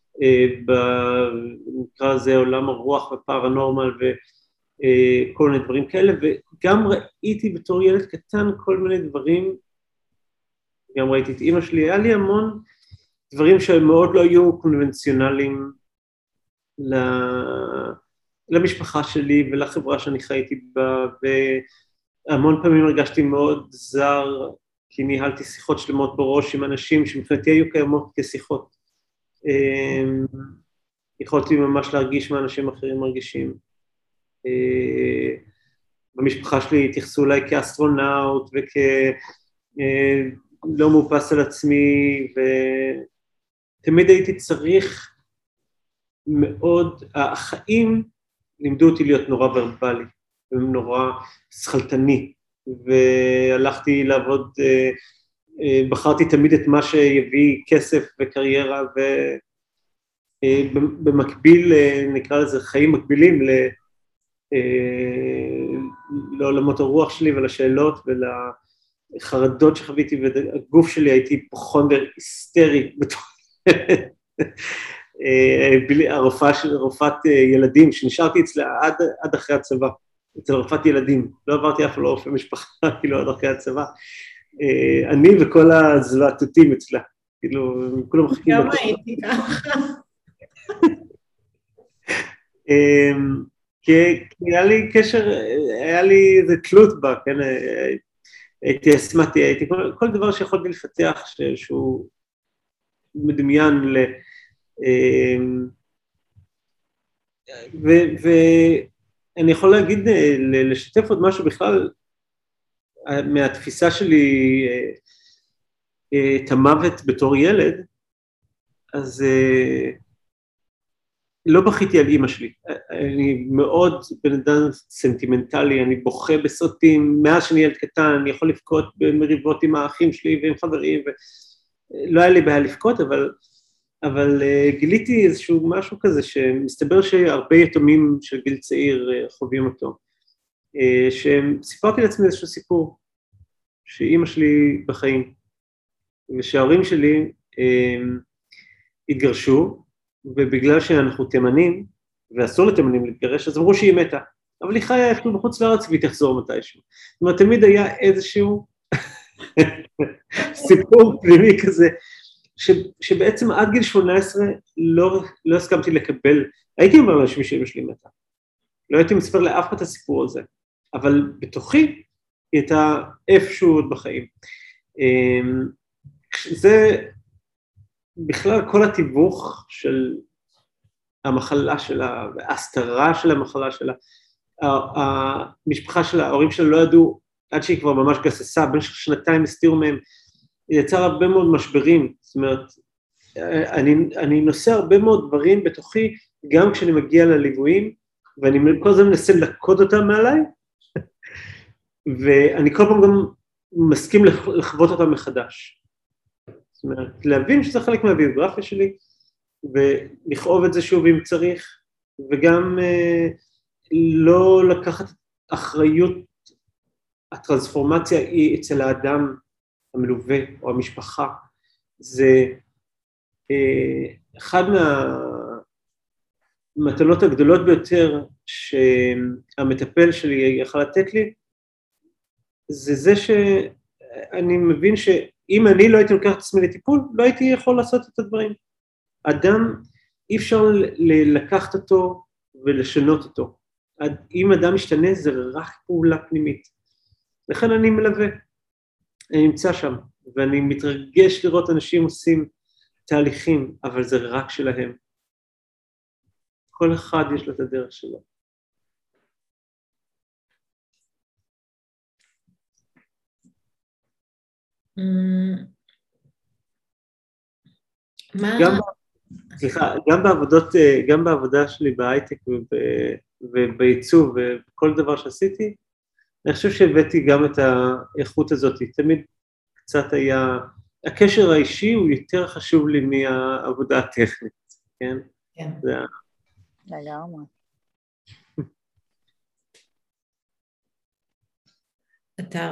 במקרא הזה עולם הרוח ופרנורמל וכל מיני דברים כאלה, וגם ראיתי בתור ילד קטן כל מיני דברים, גם ראיתי את אמא שלי, היה לי המון דברים שהם מאוד לא היו קונבנציונליים למשפחה שלי ולחברה שאני חייתי בה, והמון פעמים הרגשתי מאוד זר, כי ניהלתי שיחות שלמות בראש עם אנשים שמבחינתי היו קיימות כשיחות. יכולתי ממש להרגיש מה אנשים אחרים מרגישים. במשפחה שלי התייחסו אליי כאסטרונאוט וכלא מאופס על עצמי, ותמיד הייתי צריך מאוד, החיים לימדו אותי להיות נורא ורבלי, ונורא שכלתני, והלכתי לעבוד, בחרתי תמיד את מה שיביא כסף וקריירה, ובמקביל, נקרא לזה חיים מקבילים לעולמות הרוח שלי ולשאלות ולחרדות שחוויתי, והגוף שלי הייתי פוכונדר היסטרי, רופאת ילדים שנשארתי אצלה עד, עד אחרי הצבא, אצל רופאת ילדים, לא עברתי אף לא רופא משפחה, כאילו עד אחרי הצבא, אני וכל הזלעתותים אצלה, כאילו, כולם מחכים. גם הייתי ככה. כי היה לי קשר, היה לי איזה תלות בה, כן, הייתי אסמתי, הייתי, כל, כל דבר שיכולתי לפתח שהוא מדמיין ל... ואני יכול להגיד, לשתף עוד משהו בכלל, מהתפיסה שלי את המוות בתור ילד, אז לא בכיתי על אמא שלי, אני מאוד בן אדם סנטימנטלי, אני בוכה בסרטים, מאז שאני ילד קטן, אני יכול לבכות במריבות עם האחים שלי ועם חברים, ולא היה לי בעיה לבכות, אבל, אבל גיליתי איזשהו משהו כזה, שמסתבר שהרבה יתומים של גיל צעיר חווים אותו, שסיפרתי לעצמי איזשהו סיפור, שאמא שלי בחיים, ושההורים שלי התגרשו, ובגלל שאנחנו תימנים, ואסור לתימנים להתגרש, אז אמרו שהיא מתה. אבל היא חיה איפשהו בחוץ לארץ והיא תחזור מתישהו. זאת אומרת, תמיד היה איזשהו סיפור פנימי כזה, ש, שבעצם עד גיל שמונה עשרה לא, לא הסכמתי לקבל, הייתי אומר לאנשים שאמא שלי מתה. לא הייתי מספר לאף אחד את הסיפור הזה, אבל בתוכי היא הייתה איפשהו עוד בחיים. זה בכלל כל התיווך של המחלה שלה, וההסתרה של המחלה שלה, המשפחה שלה, ההורים שלה לא ידעו, עד שהיא כבר ממש גססה, במשך שנתיים הסתירו מהם, היא יצר הרבה מאוד משברים, זאת אומרת, אני, אני נושא הרבה מאוד דברים בתוכי, גם כשאני מגיע לליוויים, ואני כל הזמן מנסה לקוד אותם מעליי, ואני כל פעם גם מסכים לחוות אותם מחדש. זאת אומרת, להבין שזה חלק מהביוגרפיה שלי, ולכאוב את זה שוב אם צריך, וגם אה, לא לקחת אחריות, הטרנספורמציה היא אצל האדם המלווה או המשפחה, זה אה, אחד מהמתנות הגדולות ביותר שהמטפל שלי יכול לתת לי, זה זה שאני מבין שאם אני לא הייתי לוקח את עצמי לטיפול, לא הייתי יכול לעשות את הדברים. אדם, אי אפשר לקחת אותו ולשנות אותו. אם אדם משתנה, זה רק פעולה פנימית. לכן אני מלווה, אני נמצא שם, ואני מתרגש לראות אנשים עושים תהליכים, אבל זה רק שלהם. כל אחד יש לו את הדרך שלו. גם, סליחה, גם בעבודות, גם בעבודה שלי בהייטק ובעיצוב וכל דבר שעשיתי, אני חושב שהבאתי גם את האיכות הזאת, תמיד קצת היה, הקשר האישי הוא יותר חשוב לי מהעבודה הטכנית, כן? כן. זה... לגמרי. אתה,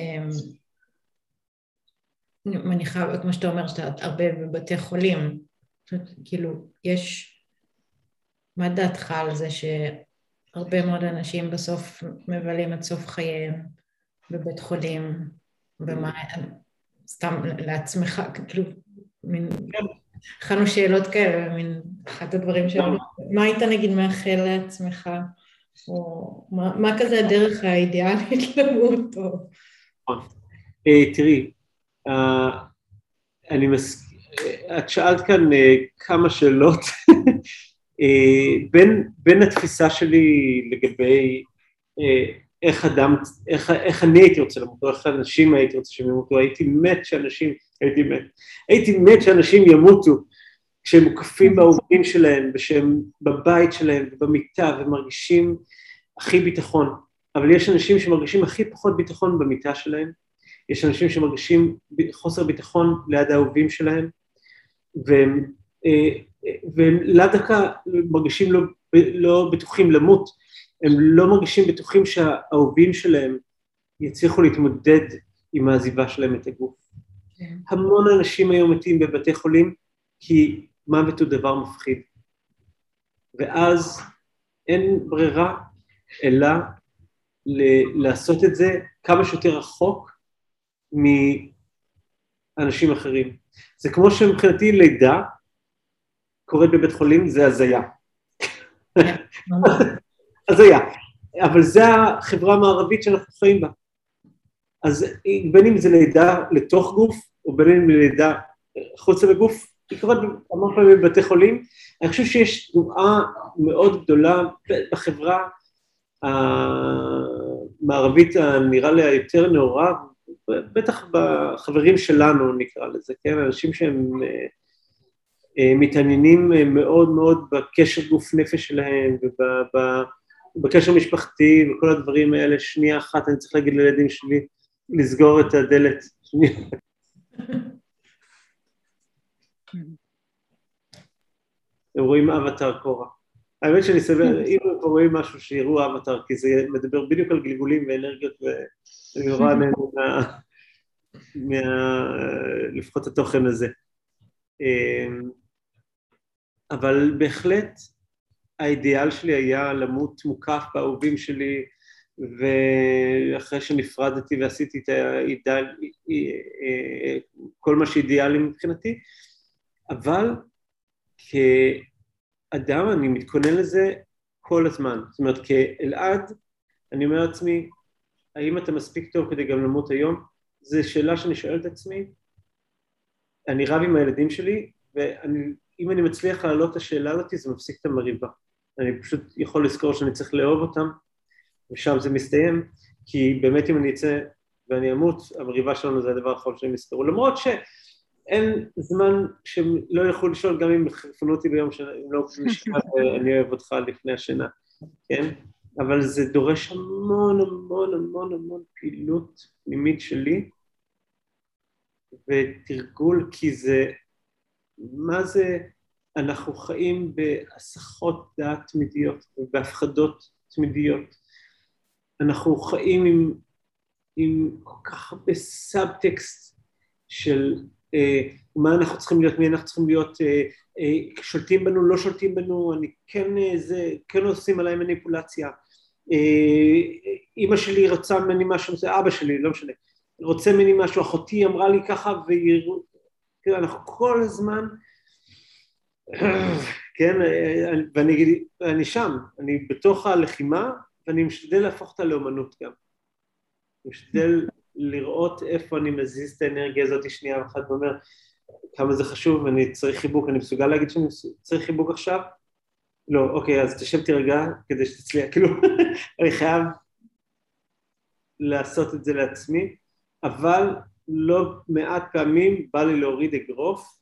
אני מניחה, כמו שאתה אומר, שאתה הרבה בבתי חולים, כאילו, יש, מה דעתך על זה שהרבה מאוד אנשים בסוף מבלים את סוף חייהם בבית חולים, ומה, סתם לעצמך, כאילו, מין, הכנו שאלות כאלה, מין, אחד הדברים שאלו, מה היית נגיד מאחל לעצמך, או מה, מה כזה הדרך האידיאלית למות, או... תראי, אני מס... את שאלת כאן כמה שאלות, בין, בין התפיסה שלי לגבי איך אדם, איך, איך אני הייתי רוצה למות, או איך אנשים הייתי רוצה שהם ימותו, הייתי מת שאנשים, הייתי מת, הייתי מת שאנשים ימותו, כשהם מוקפים בעובדים שלהם, ושהם בבית שלהם, ובמיטה, ומרגישים הכי ביטחון, אבל יש אנשים שמרגישים הכי פחות ביטחון במיטה שלהם, יש אנשים שמרגישים חוסר ביטחון ליד האהובים שלהם, והם, והם לא דווקא מרגישים לא, לא בטוחים למות, הם לא מרגישים בטוחים שהאהובים שלהם יצליחו להתמודד עם העזיבה שלהם את הגוף. Yeah. המון אנשים היום מתים בבתי חולים, כי מוות הוא דבר מפחיד. ואז אין ברירה, אלא ל- לעשות את זה כמה שיותר רחוק מאנשים אחרים. זה כמו שמבחינתי לידה, קורית בבית חולים, זה הזיה. הזיה. אבל זה החברה המערבית שאנחנו חיים בה. אז בין אם זה לידה לתוך גוף, או בין אם לידה חוץ לגוף, היא קורית המון פעמים בבתי חולים. אני חושב שיש תנועה מאוד גדולה בחברה המערבית, הנראה לי היותר נאורה, בטח בחברים שלנו נקרא לזה, כן? אנשים שהם מתעניינים מאוד מאוד בקשר גוף נפש שלהם, ובקשר משפחתי, וכל הדברים האלה. שנייה אחת, אני צריך להגיד לילדים שלי, לסגור את הדלת. הם רואים אבטר קורה. האמת שאני סבר, אם הם רואים משהו שיראו אבטר, כי זה מדבר בדיוק על גלגולים ואנרגיות, ואני נורא נהנה מה... מה... לפחות התוכן הזה. אבל בהחלט האידיאל שלי היה למות מוקף באהובים שלי, ואחרי שנפרדתי ועשיתי את האידיאל, כל מה שאידיאלי מבחינתי, אבל כאדם אני מתכונן לזה כל הזמן. זאת אומרת, כאלעד, אני אומר לעצמי, האם אתה מספיק טוב כדי גם למות היום? זו שאלה שאני שואל את עצמי. אני רב עם הילדים שלי, ואם אני מצליח להעלות את השאלה הזאת, זה מפסיק את המריבה. אני פשוט יכול לזכור שאני צריך לאהוב אותם, ושם זה מסתיים, כי באמת אם אני אצא ואני אמות, המריבה שלנו זה הדבר האחרון שהם יזכרו. למרות שאין זמן שהם לא ילכו לשאול, גם אם יפנו אותי ביום שנה, אם לא משנה, אני אוהב אותך לפני השינה, כן? אבל זה דורש המון המון המון המון פעילות פנימית שלי, ותרגול, כי זה, מה זה, אנחנו חיים בהסחות דעת תמידיות, ובהפחדות תמידיות, אנחנו חיים עם, עם כל כך הרבה סאבטקסט של אה, מה אנחנו צריכים להיות, מי אנחנו צריכים להיות, אה, אה, שולטים בנו, לא שולטים בנו, אני כן, אה, זה, כן עושים עליי מניפולציה, אה, אמא שלי רצה ממני משהו, זה אבא שלי, לא משנה, רוצה ממני משהו, אחותי אמרה לי ככה, ואנחנו כל הזמן, כן, ואני אגיד, אני שם, אני בתוך הלחימה, ואני משתדל להפוך אותה לאומנות גם. אני משתדל לראות איפה אני מזיז את האנרגיה הזאת שנייה אחת, ואומר כמה זה חשוב, ואני צריך חיבוק, אני מסוגל להגיד שאני צריך חיבוק עכשיו? לא, אוקיי, אז תשב תרגע כדי שתצליח, כאילו, אני חייב לעשות את זה לעצמי, אבל לא מעט פעמים בא לי להוריד אגרוף,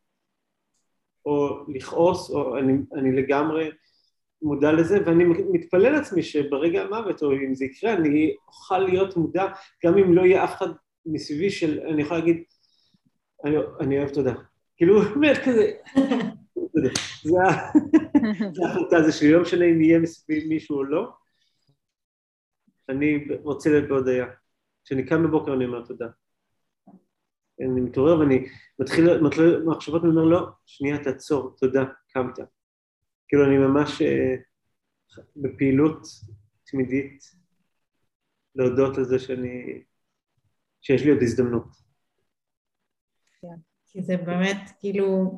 או לכעוס, או אני, אני לגמרי מודע לזה, ואני מתפלל לעצמי שברגע המוות, או אם זה יקרה, אני אוכל להיות מודע, גם אם לא יהיה אף אחד מסביבי של, אני יכול להגיד, אני, אני אוהב תודה. כאילו, באמת כזה, זה ההחלטה, זה שיום שנה אם יהיה מסביבי מישהו או לא, אני רוצה להיות בהודיה. כשאני קם בבוקר אני אומר תודה. אני מתעורר ואני מתחיל, מתחיל מחשבות, אני אומר לא, שנייה תעצור, תודה, קמת. כאילו אני ממש אה, בפעילות תמידית להודות לזה שאני, שיש לי עוד הזדמנות. כי זה באמת כאילו,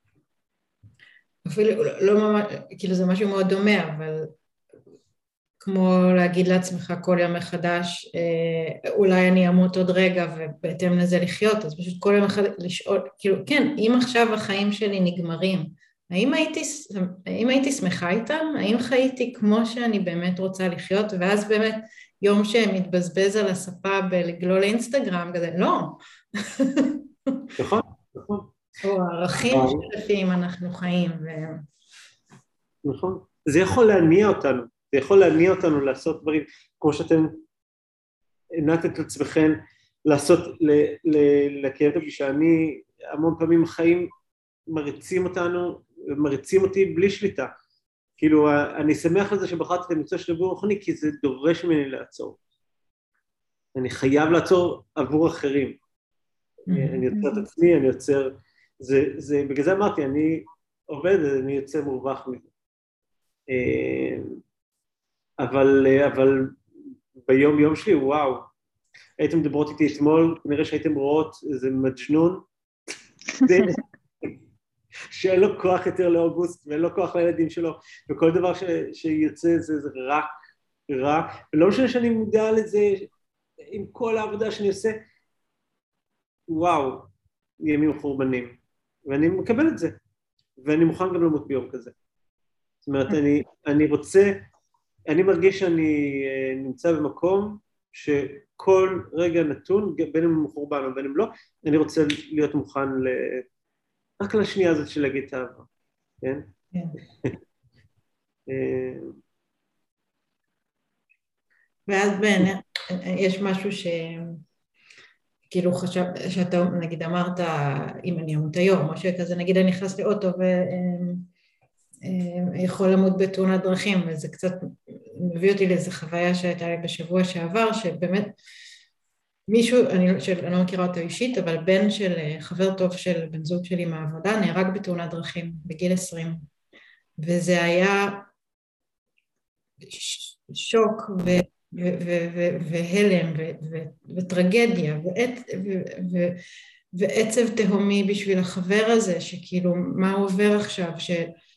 אפילו לא ממש, כאילו זה משהו מאוד דומה, אבל כמו להגיד לעצמך כל יום מחדש, אולי אני אמות עוד רגע ובהתאם לזה לחיות, אז פשוט כל יום מחדש לשאול, כאילו כן, אם עכשיו החיים שלי נגמרים, האם הייתי, האם הייתי שמחה איתם? האם חייתי כמו שאני באמת רוצה לחיות? ואז באמת יום שמתבזבז על הספה בלגלול לאינסטגרם, כזה, לא. נכון, נכון. או הערכים שלפים אנחנו חיים. נכון. זה יכול להניע אותנו. זה יכול להניע אותנו לעשות דברים, כמו שאתם הנעתם את עצמכם, לעשות, לקיים את הפגישה. אני, המון פעמים חיים מריצים אותנו, מריצים אותי בלי שליטה. כאילו, אני שמח על זה שבחרתי את המקצוע של עבור רוחני, כי זה דורש ממני לעצור. אני חייב לעצור עבור אחרים. אני יוצר את עצמי, אני יוצר, זה, זה, בגלל זה אמרתי, אני עובד, אני יוצא מורווח מזה. אבל, אבל ביום יום שלי, וואו, הייתם מדברות איתי אתמול, נראה שהייתם רואות איזה מג'נון, שאין לו כוח יותר לאוגוסט, ואין לו כוח לילדים שלו, וכל דבר ש, שיוצא זה, זה רק רע, ולא משנה שאני מודע לזה, עם כל העבודה שאני עושה, וואו, ימים חורבנים, ואני מקבל את זה, ואני מוכן גם למות ביום כזה. זאת אומרת, אני, אני רוצה, אני מרגיש שאני נמצא במקום שכל רגע נתון, בין אם הוא חורבן או בין אם לא, אני רוצה להיות מוכן ל... רק לשנייה הזאת של להגיד את האהבה, כן? כן. ואז באמת, יש משהו ש... כאילו חשב, שאתה נגיד אמרת, אם אני אמות היום, או שכזה, נגיד אני נכנס לאוטו ויכול למות בתאונת דרכים, וזה קצת מביא אותי לאיזו חוויה שהייתה לי בשבוע שעבר, שבאמת מישהו, אני, של, אני לא מכירה אותו אישית, אבל בן של חבר טוב של בן זוג שלי מהעבודה, נהרג בתאונת דרכים בגיל עשרים, וזה היה שוק ו, ו, ו, ו, והלם ו, ו, וטרגדיה ועת, ו, ו, ועצב תהומי בשביל החבר הזה, שכאילו מה הוא עובר עכשיו, ש...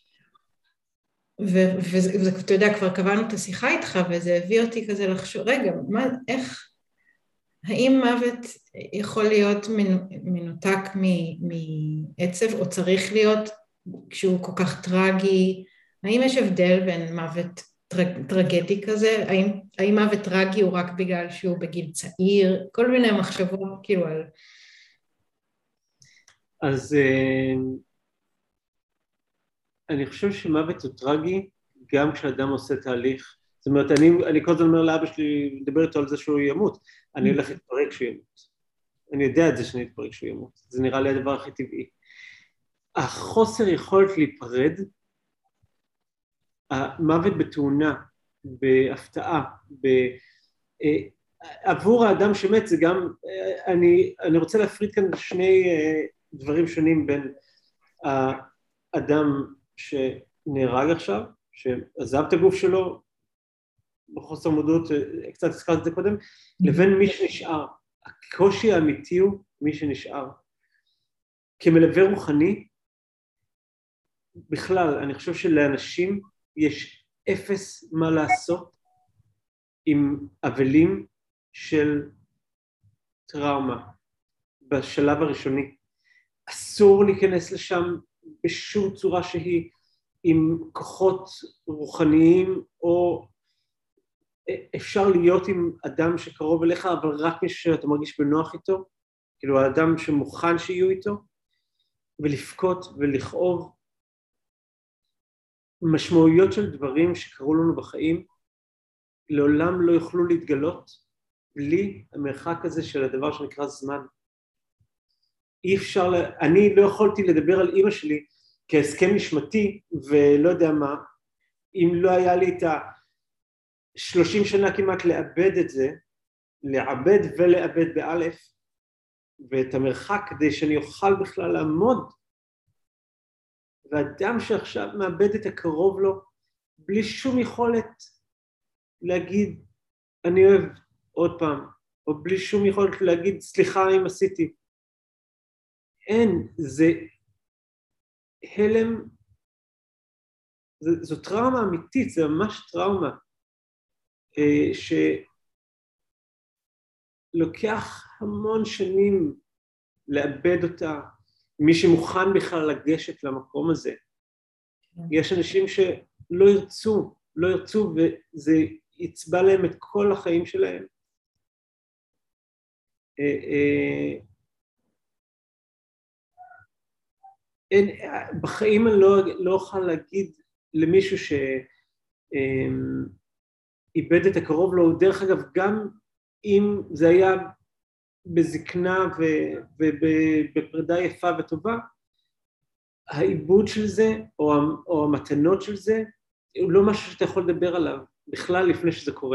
ואתה יודע, כבר קבענו את השיחה איתך, וזה הביא אותי כזה לחשוב, רגע, מה, איך, האם מוות יכול להיות מנותק מעצב, או צריך להיות כשהוא כל כך טרגי? האם יש הבדל בין מוות טרג, טרגדי כזה? האם, האם מוות טרגי הוא רק בגלל שהוא בגיל צעיר? כל מיני מחשבות כאילו על... אז אני חושב שמוות הוא טרגי גם כשאדם עושה תהליך. זאת אומרת, אני, אני כל הזמן אומר לאבא שלי, לדבר איתו על זה שהוא ימות, אני הולך להתפרק כשהוא ימות. אני יודע את זה שאני אתפרק כשהוא ימות. זה נראה לי הדבר הכי טבעי. החוסר יכולת להיפרד, המוות בתאונה, בהפתעה, ב... עבור האדם שמת זה גם, אני, אני רוצה להפריד כאן שני דברים שונים בין האדם שנהרג עכשיו, שעזב את הגוף שלו, בחוסר מודעות, קצת הזכרתי את זה קודם, לבין מי שנשאר. הקושי האמיתי הוא מי שנשאר. כמלווה רוחני, בכלל, אני חושב שלאנשים יש אפס מה לעשות עם אבלים של טראומה בשלב הראשוני. אסור להיכנס לשם בשום צורה שהיא עם כוחות רוחניים, או אפשר להיות עם אדם שקרוב אליך, אבל רק מישהו שאתה מרגיש בנוח איתו, כאילו האדם שמוכן שיהיו איתו, ולפקות ולכאוב. משמעויות של דברים שקרו לנו בחיים, לעולם לא יוכלו להתגלות, בלי המרחק הזה של הדבר שנקרא זמן. אי אפשר, לה... אני לא יכולתי לדבר על אמא שלי כהסכם נשמתי, ולא יודע מה, אם לא היה לי את ה-שלושים שנה כמעט לאבד את זה, לעבד ולאבד באלף, ואת המרחק כדי שאני אוכל בכלל לעמוד, ואדם שעכשיו מאבד את הקרוב לו, בלי שום יכולת להגיד, אני אוהב עוד פעם, או בלי שום יכולת להגיד, סליחה אם עשיתי. אין, זה הלם, זה, זו טראומה אמיתית, זה ממש טראומה, שלוקח המון שנים לאבד אותה, מי שמוכן בכלל לגשת למקום הזה. יש אנשים שלא ירצו, לא ירצו, וזה יצבע להם את כל החיים שלהם. אין, בחיים אני לא, לא אוכל להגיד למישהו שאיבד את הקרוב לו, דרך אגב, גם אם זה היה בזקנה ובפרידה יפה וטובה, העיבוד של זה, או, או המתנות של זה, הוא לא משהו שאתה יכול לדבר עליו, בכלל לפני שזה קורה.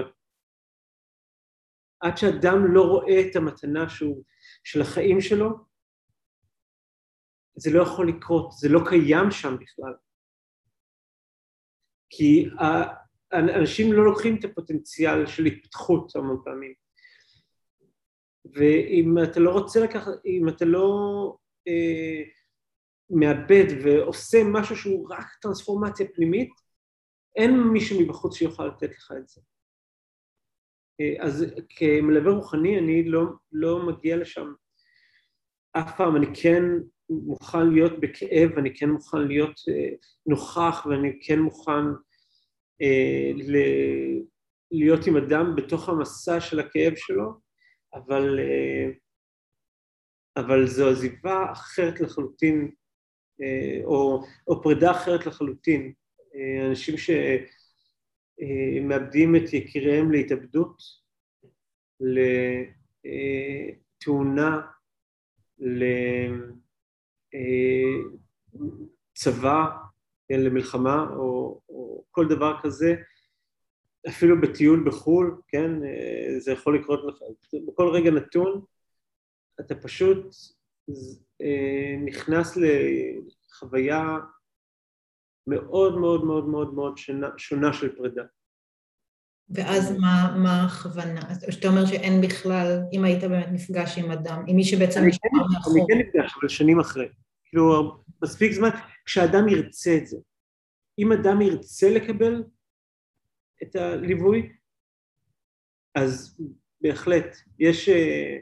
עד שאדם לא רואה את המתנה שהוא, של החיים שלו, זה לא יכול לקרות, זה לא קיים שם בכלל. כי האנשים לא לוקחים את הפוטנציאל של התפתחות המון פעמים. ואם אתה לא רוצה לקחת, אם אתה לא אה, מאבד ועושה משהו שהוא רק טרנספורמציה פנימית, אין מישהו מבחוץ שיוכל לתת לך את זה. אה, אז כמלווה רוחני אני לא, לא מגיע לשם אף פעם. אני כן מוכן להיות בכאב, אני כן מוכן להיות אה, נוכח, ואני כן מוכן אה, ל, להיות עם אדם בתוך המסע של הכאב שלו, אבל, אבל זו עזיבה אחרת לחלוטין, או, או פרידה אחרת לחלוטין. אנשים שמאבדים את יקיריהם להתאבדות, לתאונה, לצבא, למלחמה, או, או כל דבר כזה, אפילו בטיול בחול, כן, זה יכול לקרות לך, בכל רגע נתון, אתה פשוט נכנס לחוויה מאוד מאוד מאוד מאוד מאוד שונה, שונה של פרידה. ואז מה, מה הכוונה? אז שאתה אומר שאין בכלל, אם היית באמת נפגש עם אדם, עם מי שבעצם נשאר מאחור. אני כן נפגש, אבל שנים אחרי. כאילו, מספיק זמן, כשאדם ירצה את זה. אם אדם ירצה לקבל את הליווי, אז בהחלט, יש, אה,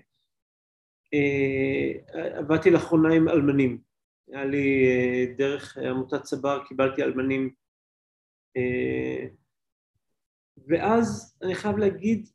אה, עבדתי לאחרונה עם אלמנים, היה לי אה, דרך עמותת צבר, קיבלתי אלמנים, אה, ואז אני חייב להגיד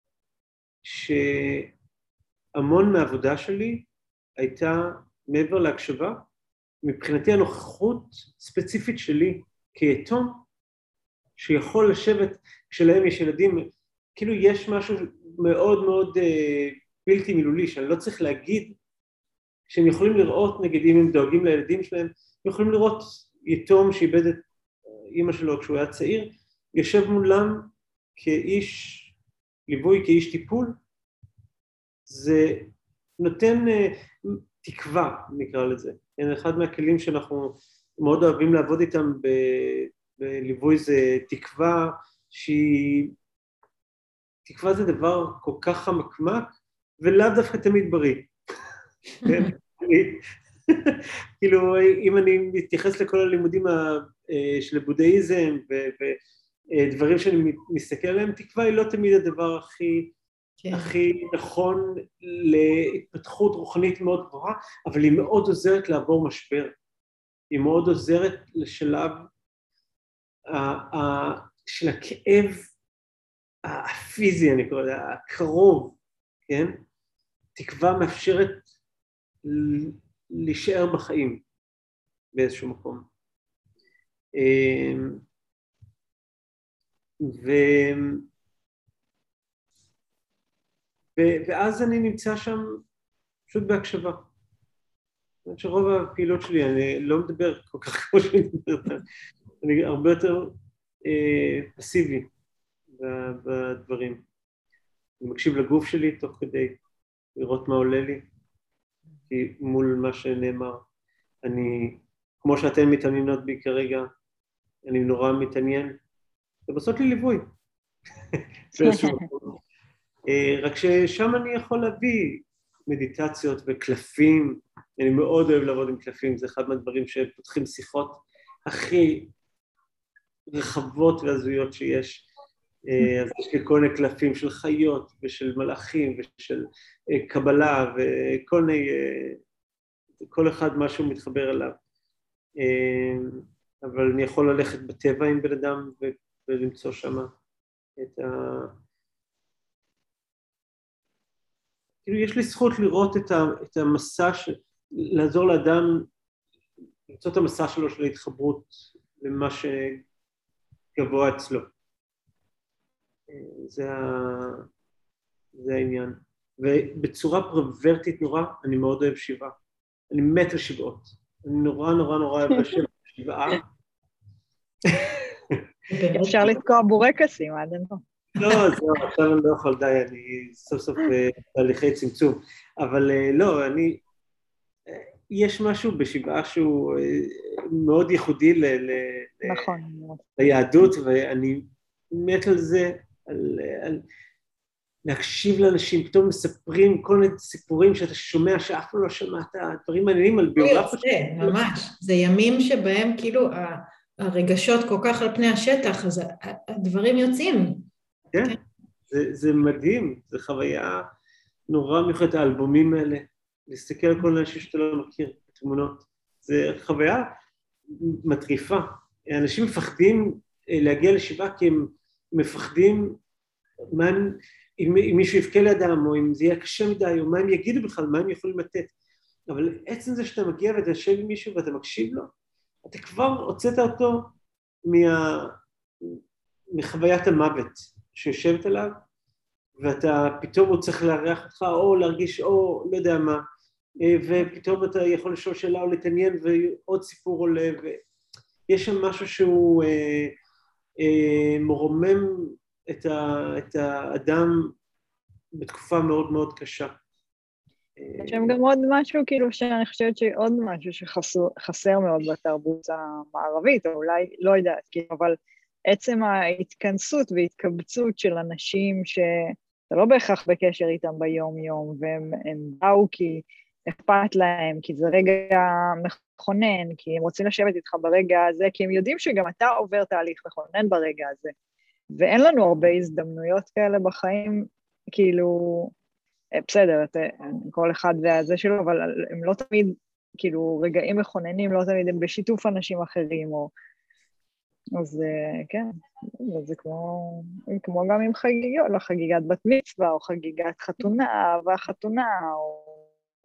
שהמון מהעבודה שלי הייתה מעבר להקשבה, מבחינתי הנוכחות ספציפית שלי כיתום, שיכול לשבת, כשלהם יש ילדים, כאילו יש משהו מאוד מאוד אה, בלתי מילולי, שאני לא צריך להגיד, שהם יכולים לראות, נגיד אם הם דואגים לילדים שלהם, הם יכולים לראות יתום שאיבד את אמא שלו כשהוא היה צעיר, יושב מולם כאיש ליווי, כאיש טיפול, זה נותן אה, תקווה, נקרא לזה. אחד מהכלים שאנחנו מאוד אוהבים לעבוד איתם ב... בליווי זה תקווה שהיא, תקווה זה דבר כל כך חמקמק, ולאו דווקא תמיד בריא. כאילו, אם אני מתייחס לכל הלימודים של הבודהיזם, ודברים שאני מסתכל עליהם, תקווה היא לא תמיד הדבר הכי, הכי נכון להתפתחות רוחנית מאוד גבוהה, אבל היא מאוד עוזרת לעבור משבר. היא מאוד עוזרת לשלב, של הכאב הפיזי, אני קורא לזה, הקרוב, כן? תקווה מאפשרת להישאר בחיים באיזשהו מקום. ו... ו... ואז אני נמצא שם פשוט בהקשבה. זאת אומרת שרוב הפעילות שלי, אני לא מדבר כל כך כמו שאני מדבר, אני הרבה יותר אה, פסיבי בדברים. אני מקשיב לגוף שלי תוך כדי לראות מה עולה לי, כי מול מה שנאמר. אני, כמו שאתן מתעניינות בי כרגע, אני נורא מתעניין, ובסוף לי ליווי. אה, רק ששם אני יכול להביא מדיטציות וקלפים, אני מאוד אוהב לעבוד עם קלפים, זה אחד מהדברים שפותחים שיחות הכי רחבות והזויות שיש. אז יש לי כל מיני קלפים של חיות ושל מלאכים ושל קבלה וכל מיני, כל אחד משהו מתחבר אליו. אבל אני יכול ללכת בטבע עם בן אדם ולמצוא שם את ה... כאילו יש לי זכות לראות את, ה... את המסע, ש... לעזור לאדם, למצוא את המסע שלו של ההתחברות למה שגבוה אצלו. זה, ה... זה העניין. ובצורה פרוורטית נורא, אני מאוד אוהב שבעה. אני מת על שבעות. אני נורא נורא נורא אוהב לשבת שבעה. אפשר לתקוע בורקסים, עד אין פה. לא, זהו, עכשיו אני לא יכול, די, אני סוף סוף תהליכי צמצום. אבל לא, אני... יש משהו בשבעה שהוא מאוד ייחודי ל... נכון. ליהדות, ואני מת על זה, על... על... להקשיב לאנשים, פתאום מספרים כל מיני סיפורים שאתה שומע שאף פעם לא שמעת, דברים מעניינים על ביוגרפיה. זה, ממש, זה ימים שבהם כאילו הרגשות כל כך על פני השטח, אז הדברים יוצאים. כן, זה, זה מדהים, זה חוויה נורא מיוחדת, האלבומים האלה, להסתכל על כל אנשים שאתה לא מכיר, תמונות, זה חוויה מטריפה. אנשים מפחדים להגיע לשבעה כי הם מפחדים מה הם... אם, אם מישהו יבכה לאדם, או אם זה יהיה קשה מדי, או מה הם יגידו בכלל, מה הם יכולים לתת. אבל עצם זה שאתה מגיע ואתה יושב עם מישהו ואתה מקשיב לו, אתה כבר הוצאת אותו מה, מחוויית המוות שיושבת עליו, ואתה פתאום הוא צריך לארח אותך, או להרגיש, או לא יודע מה, ופתאום אתה יכול לשאול שאלה או להתעניין, ועוד סיפור עולה, ויש שם משהו שהוא אה, אה, מרומם, את, ה, את האדם בתקופה מאוד מאוד קשה. יש שם גם עוד משהו, כאילו, שאני חושבת שעוד משהו שחסר מאוד בתרבות המערבית, או אולי, לא יודעת, כאילו, אבל עצם ההתכנסות והתקבצות של אנשים שאתה לא בהכרח בקשר איתם ביום-יום, והם באו כי אכפת להם, כי זה רגע מכונן, כי הם רוצים לשבת איתך ברגע הזה, כי הם יודעים שגם אתה עובר תהליך מכונן ברגע הזה, ואין לנו הרבה הזדמנויות כאלה בחיים, כאילו, בסדר, כל אחד והזה שלו, אבל הם לא תמיד, כאילו, רגעים מכוננים, לא תמיד הם בשיתוף אנשים אחרים, או... אז כן, זה כמו, כמו גם עם חגיגות, לא חגיגת בת מצווה, או חגיגת חתונה, והחתונה, או...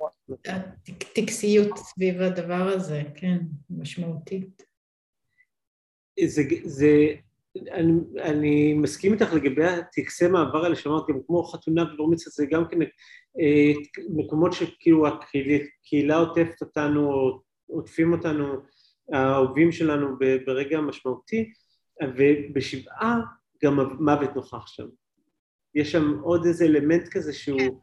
טקסיות סביב הדבר הזה, כן, משמעותית. זה, זה, אני, אני מסכים איתך לגבי הטקסי מעבר האלה שאמרת, גם כמו חתונה ובר מצווה, זה גם כן מקומות שכאילו הקהילה עוטפת אותנו, או עוטפים אותנו, האהובים שלנו ברגע המשמעותי, ובשבעה גם המוות נוכח שם. יש שם עוד איזה אלמנט כזה שהוא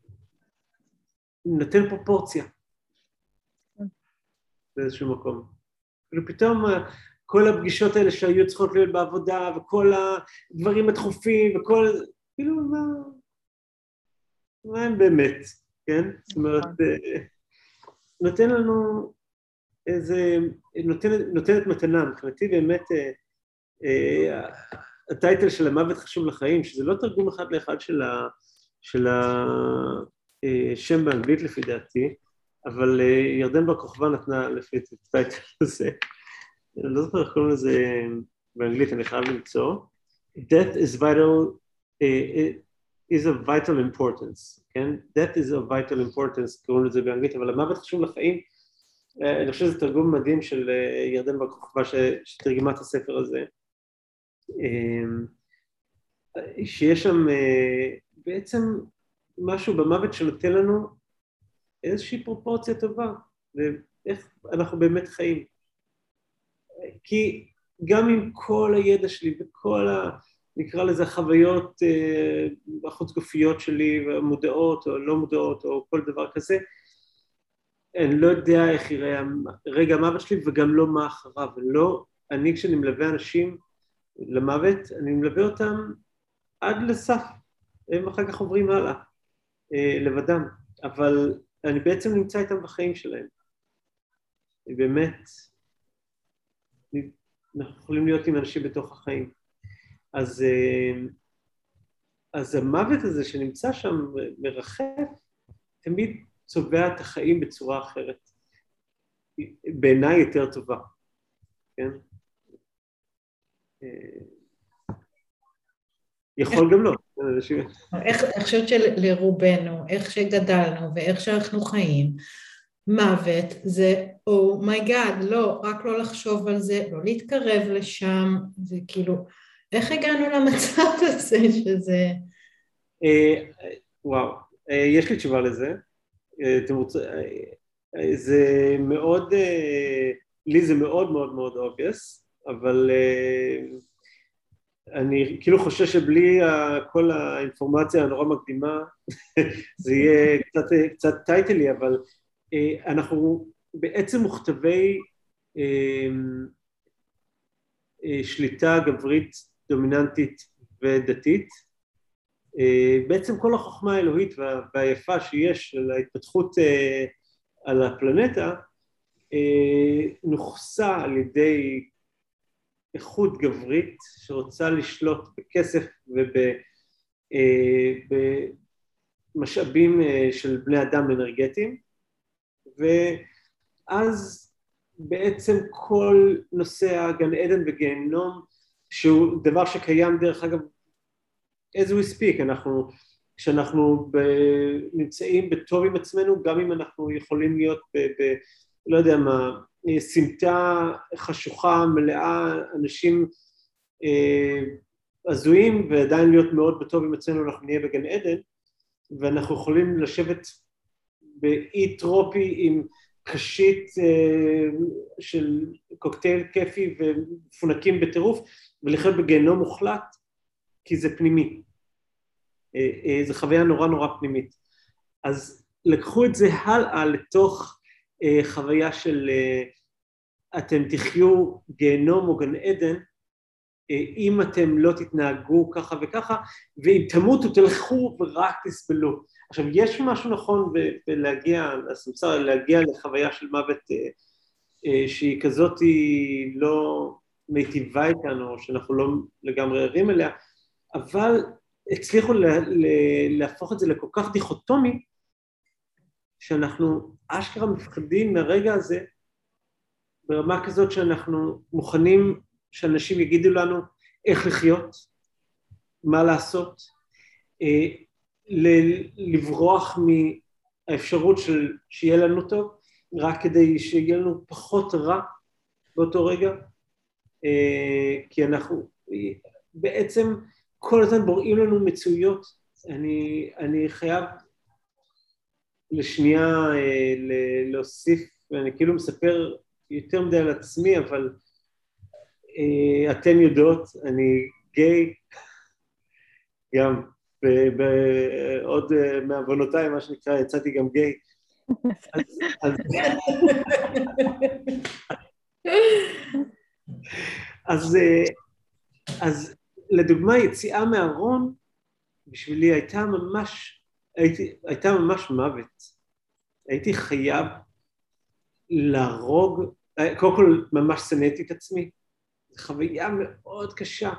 נותן פרופורציה באיזשהו מקום. כאילו פתאום כל הפגישות האלה שהיו צריכות להיות בעבודה, וכל הדברים הדחופים, וכל... כאילו, מה... מה הם באמת, כן? זאת אומרת, נותן לנו איזה... נותנת, נותנת מתנה, מבחינתי באמת, הטייטל של המוות חשוב לחיים, שזה לא תרגום אחד לאחד של ה... של השם באנגלית לפי דעתי, אבל ירדן בר כוכבא נתנה לפי את הטייטל הזה. אני לא זוכר איך קוראים לזה באנגלית, אני חייב למצוא. Death is vital, is of vital importance, כן? Death is of vital importance, קוראים לזה באנגלית, אבל המוות חשוב לחיים. אני חושב שזה תרגום מדהים של ירדן בר כוכבא שתרגמה את הספר הזה. שיש שם בעצם משהו במוות שנותן לנו איזושהי פרופורציה טובה, ואיך אנחנו באמת חיים. כי גם עם כל הידע שלי וכל ה... נקרא לזה החוויות החוץ גופיות שלי, מודעות או לא מודעות או כל דבר כזה, אני לא יודע איך יראה רגע המוות שלי וגם לא מה אחריו, ולא, אני כשאני מלווה אנשים למוות, אני מלווה אותם עד לסף, הם אחר כך עוברים הלאה, לבדם, אבל אני בעצם נמצא איתם בחיים שלהם. באמת, אנחנו יכולים להיות עם אנשים בתוך החיים. אז, אז המוות הזה שנמצא שם מרחף, תמיד צובע את החיים בצורה אחרת. בעיניי יותר טובה, כן? יכול גם לא. איך, אני חושבת שלרובנו, איך שגדלנו ואיך שאנחנו חיים, מוות זה, אומייגאד, לא, רק לא לחשוב על זה, לא להתקרב לשם, זה כאילו, איך הגענו למצב הזה שזה... וואו, יש לי תשובה לזה. זה מאוד, לי זה מאוד מאוד מאוד obvious, אבל אני כאילו חושש שבלי כל האינפורמציה הנורא מקדימה, זה יהיה קצת, קצת טייטלי, אבל אנחנו בעצם מוכתבי שליטה גברית דומיננטית ודתית, בעצם כל החוכמה האלוהית והיפה שיש להתפתחות על הפלנטה, נוחסה על ידי איכות גברית שרוצה לשלוט בכסף ובמשאבים של בני אדם אנרגטיים, ואז בעצם כל נושא הגן עדן וגיהנום, שהוא דבר שקיים דרך אגב, as we speak, אנחנו, כשאנחנו ב, נמצאים בטוב עם עצמנו, גם אם אנחנו יכולים להיות ב, ב, לא יודע מה, סמטה חשוכה, מלאה, אנשים אה, הזויים, ועדיין להיות מאוד בטוב עם עצמנו, אנחנו נהיה בגן עדן, ואנחנו יכולים לשבת באי טרופי עם קשית אה, של קוקטייל כיפי ומפונקים בטירוף, ולחיות בגיהנום מוחלט, כי זה פנימי. זו חוויה נורא נורא פנימית. אז לקחו את זה הלאה לתוך חוויה של אתם תחיו גיהנום או גן עדן, אם אתם לא תתנהגו ככה וככה, ואם תמותו תלכו ורק תסבלו. עכשיו, יש משהו נכון בלהגיע, הסמסר, להגיע לחוויה של מוות שהיא כזאת היא לא מיטיבה איתנו, או שאנחנו לא לגמרי ערים אליה, אבל הצליחו להפוך את זה לכל כך דיכוטומי, שאנחנו אשכרה מפחדים מהרגע הזה, ברמה כזאת שאנחנו מוכנים שאנשים יגידו לנו איך לחיות, מה לעשות, לברוח מהאפשרות של שיהיה לנו טוב, רק כדי שיהיה לנו פחות רע באותו רגע, כי אנחנו בעצם כל הזמן בוראים לנו מצויות. אני, אני חייב לשנייה להוסיף, ואני כאילו מספר יותר מדי על עצמי, אבל אתן יודעות, אני גיי, גם בעוד מעוונותיי, מה שנקרא, יצאתי גם גיי. אז, אז, אז, אז לדוגמה, יציאה מהארון, בשבילי הייתה ממש, הייתי, הייתה ממש מוות. הייתי חייב להרוג, קודם כל ממש שנאתי את עצמי, זו חוויה מאוד קשה,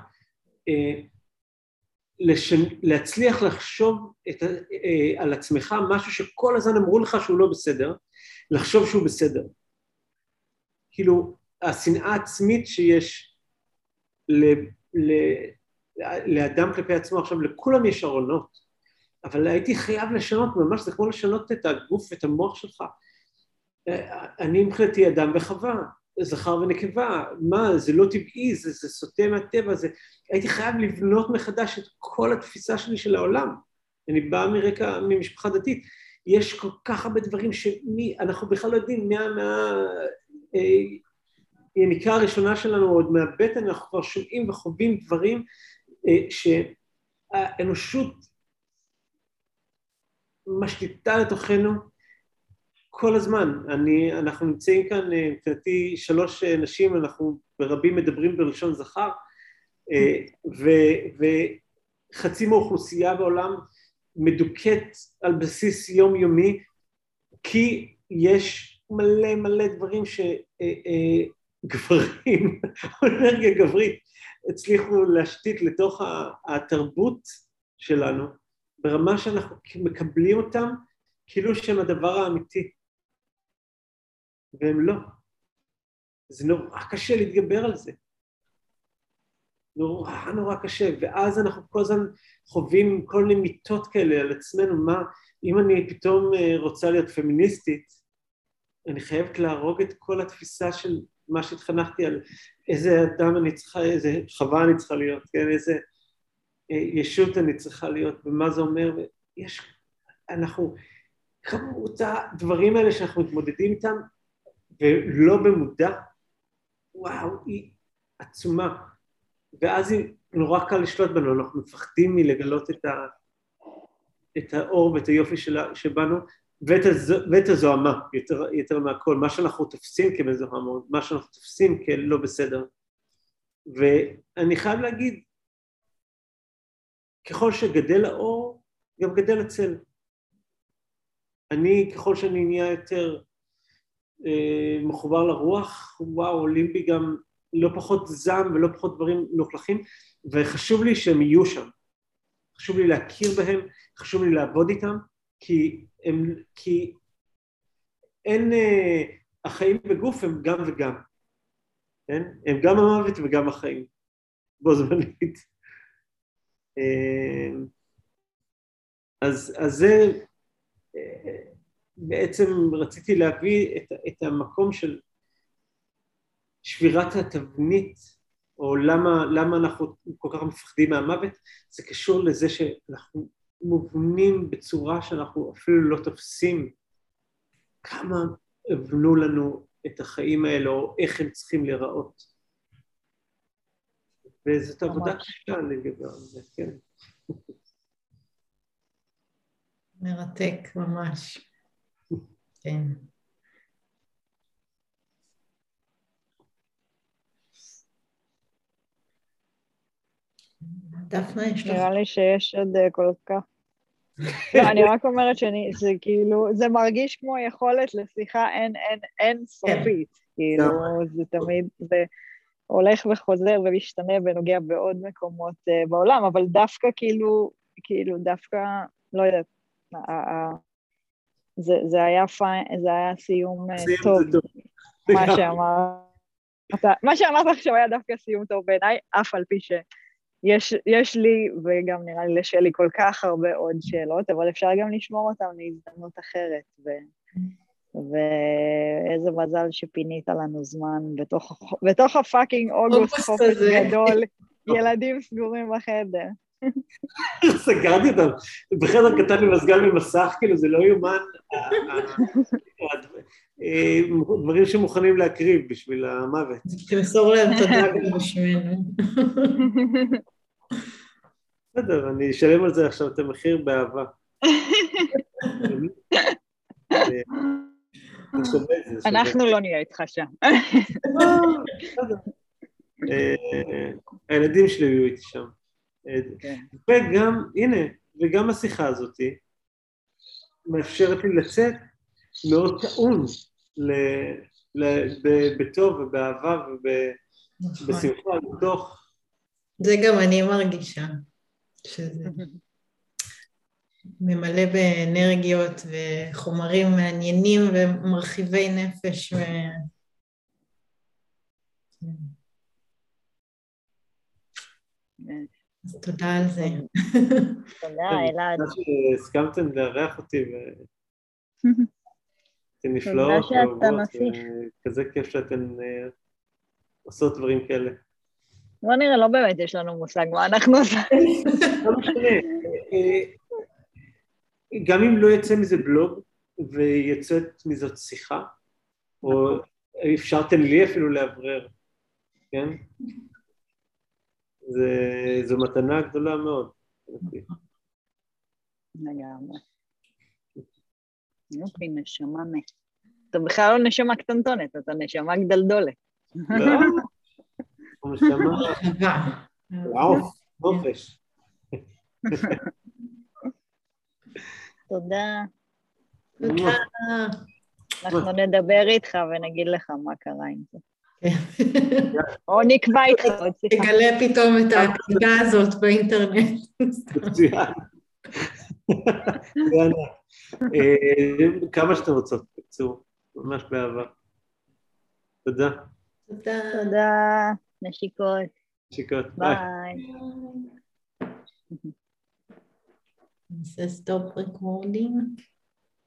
לשנ... להצליח לחשוב את... על עצמך משהו שכל הזמן אמרו לך שהוא לא בסדר, לחשוב שהוא בסדר. כאילו, השנאה עצמית שיש ל... ל... לאדם כלפי עצמו, עכשיו לכולם יש ארונות, אבל הייתי חייב לשנות ממש, זה כמו לשנות את הגוף ואת המוח שלך. אני מבחינתי אדם וחווה, זכר ונקבה, מה, זה לא טבעי, זה, זה סוטה מהטבע, זה... הייתי חייב לבנות מחדש את כל התפיסה שלי של העולם. אני באה מרקע, ממשפחה דתית, יש כל כך הרבה דברים שאנחנו בכלל לא יודעים, מה... מה אה, יניקה הראשונה שלנו, עוד מהבטן, אנחנו כבר שומעים וחווים דברים אה, שהאנושות משתיתה לתוכנו כל הזמן. אני, אנחנו נמצאים כאן, מבחינתי שלוש נשים, אנחנו ברבים מדברים בלשון זכר, ו, וחצי מהאוכלוסייה בעולם מדוכאת על בסיס יומיומי, כי יש מלא מלא דברים שגברים, אנרגיה גברית, הצליחו להשתית לתוך התרבות שלנו, ברמה שאנחנו מקבלים אותם כאילו שהם הדבר האמיתי, והם לא. זה נורא קשה להתגבר על זה. נורא נורא קשה, ואז אנחנו כל הזמן חווים כל מיני מיטות כאלה על עצמנו, מה, אם אני פתאום רוצה להיות פמיניסטית, אני חייבת להרוג את כל התפיסה של מה שהתחנכתי על איזה אדם אני צריכה, איזה חווה אני צריכה להיות, כן, איזה ישות אני צריכה להיות, ומה זה אומר, ויש, אנחנו, כמות הדברים האלה שאנחנו מתמודדים איתם, ולא במודע, וואו, היא עצומה, ואז היא נורא קל לשלוט בנו, אנחנו מפחדים מלגלות את, ה, את האור ואת היופי שלה, שבנו, ואת, הז, ואת הזוהמה, יותר, יותר מהכל, מה שאנחנו תופסים כמזוהמה, מה שאנחנו תופסים כלא בסדר. ואני חייב להגיד, ככל שגדל האור, גם גדל הצל. אני, ככל שאני נהיה יותר אה, מחובר לרוח, וואו, עולים בי גם לא פחות זעם ולא פחות דברים מלוכלכים, וחשוב לי שהם יהיו שם. חשוב לי להכיר בהם, חשוב לי לעבוד איתם, כי, הם, כי אין, אה, החיים בגוף הם גם וגם. כן? הם גם המוות וגם החיים. בו זמנית. אה, אז, אז זה... בעצם רציתי להביא את, את המקום של שבירת התבנית, או למה, למה אנחנו כל כך מפחדים מהמוות, זה קשור לזה שאנחנו מובנים בצורה שאנחנו אפילו לא תופסים כמה הבנו לנו את החיים האלה, או איך הם צריכים להיראות. ו, וזאת עבודה קשה, אני מדבר על זה, כן. מרתק ממש. כן. דפנה, יש לך... נראה לי שיש עוד כל כך. לא, אני רק אומרת שזה כאילו, זה מרגיש כמו יכולת לשיחה אין, אין, אין סופית. כאילו, זה תמיד, זה הולך וחוזר ומשתנה ונוגע בעוד מקומות בעולם, אבל דווקא כאילו, כאילו, דווקא, לא יודעת, זה, זה היה פיין, זה היה סיום טוב, מה שאמרת, מה שאמרת עכשיו היה דווקא סיום טוב בעיניי, אף על פי שיש יש לי, וגם נראה לי לשלי כל כך הרבה עוד שאלות, אבל אפשר גם לשמור אותם להזדמנות אחרת, ו, ואיזה מזל שפינית לנו זמן בתוך, בתוך הפאקינג אוגוסט חופש גדול, ילדים סגורים בחדר. סגרתי אותם, בחדר קטן למסגל ממסך, כאילו זה לא יומן, דברים שמוכנים להקריב בשביל המוות. תמסור להם תודה גם בשמנו. בסדר, אני אשלם על זה עכשיו את המחיר באהבה. אנחנו לא נהיה איתך שם. הילדים שלי יהיו איתי שם. וגם, הנה, וגם השיחה הזאת מאפשרת לי לצאת מאוד טעון בטוב ובאהבה ובשמחה לתוך. זה גם אני מרגישה, שזה ממלא באנרגיות וחומרים מעניינים ומרחיבי נפש. אז תודה על זה. תודה, אלעד. תודה שהסכמתם לארח אותי, ואתן נפלאות ואהובות, וכזה כיף שאתן עושות דברים כאלה. בוא נראה, לא באמת יש לנו מושג מה אנחנו עושים. לא משנה. גם אם לא יצא מזה בלוג, ויצאת מזאת שיחה, או אפשרתם לי אפילו לאברר, כן? זו מתנה גדולה מאוד. לגמרי. יופי, נשמה מה. אתה בכלל לא נשמה קטנטונת, אתה נשמה גדלדולת. לא, נשמה... וואו, נופש. תודה. תודה. אנחנו נדבר איתך ונגיד לך מה קרה עם זה. או נקבע איתך עוד שיחה. תגלה פתאום את ההקלטה הזאת באינטרנט. מצוין. כמה שאתם רוצות, תקצור, ממש באהבה. תודה. תודה. תודה. נשיקות. נשיקות. ביי. נעשה סטופ רקורדינג.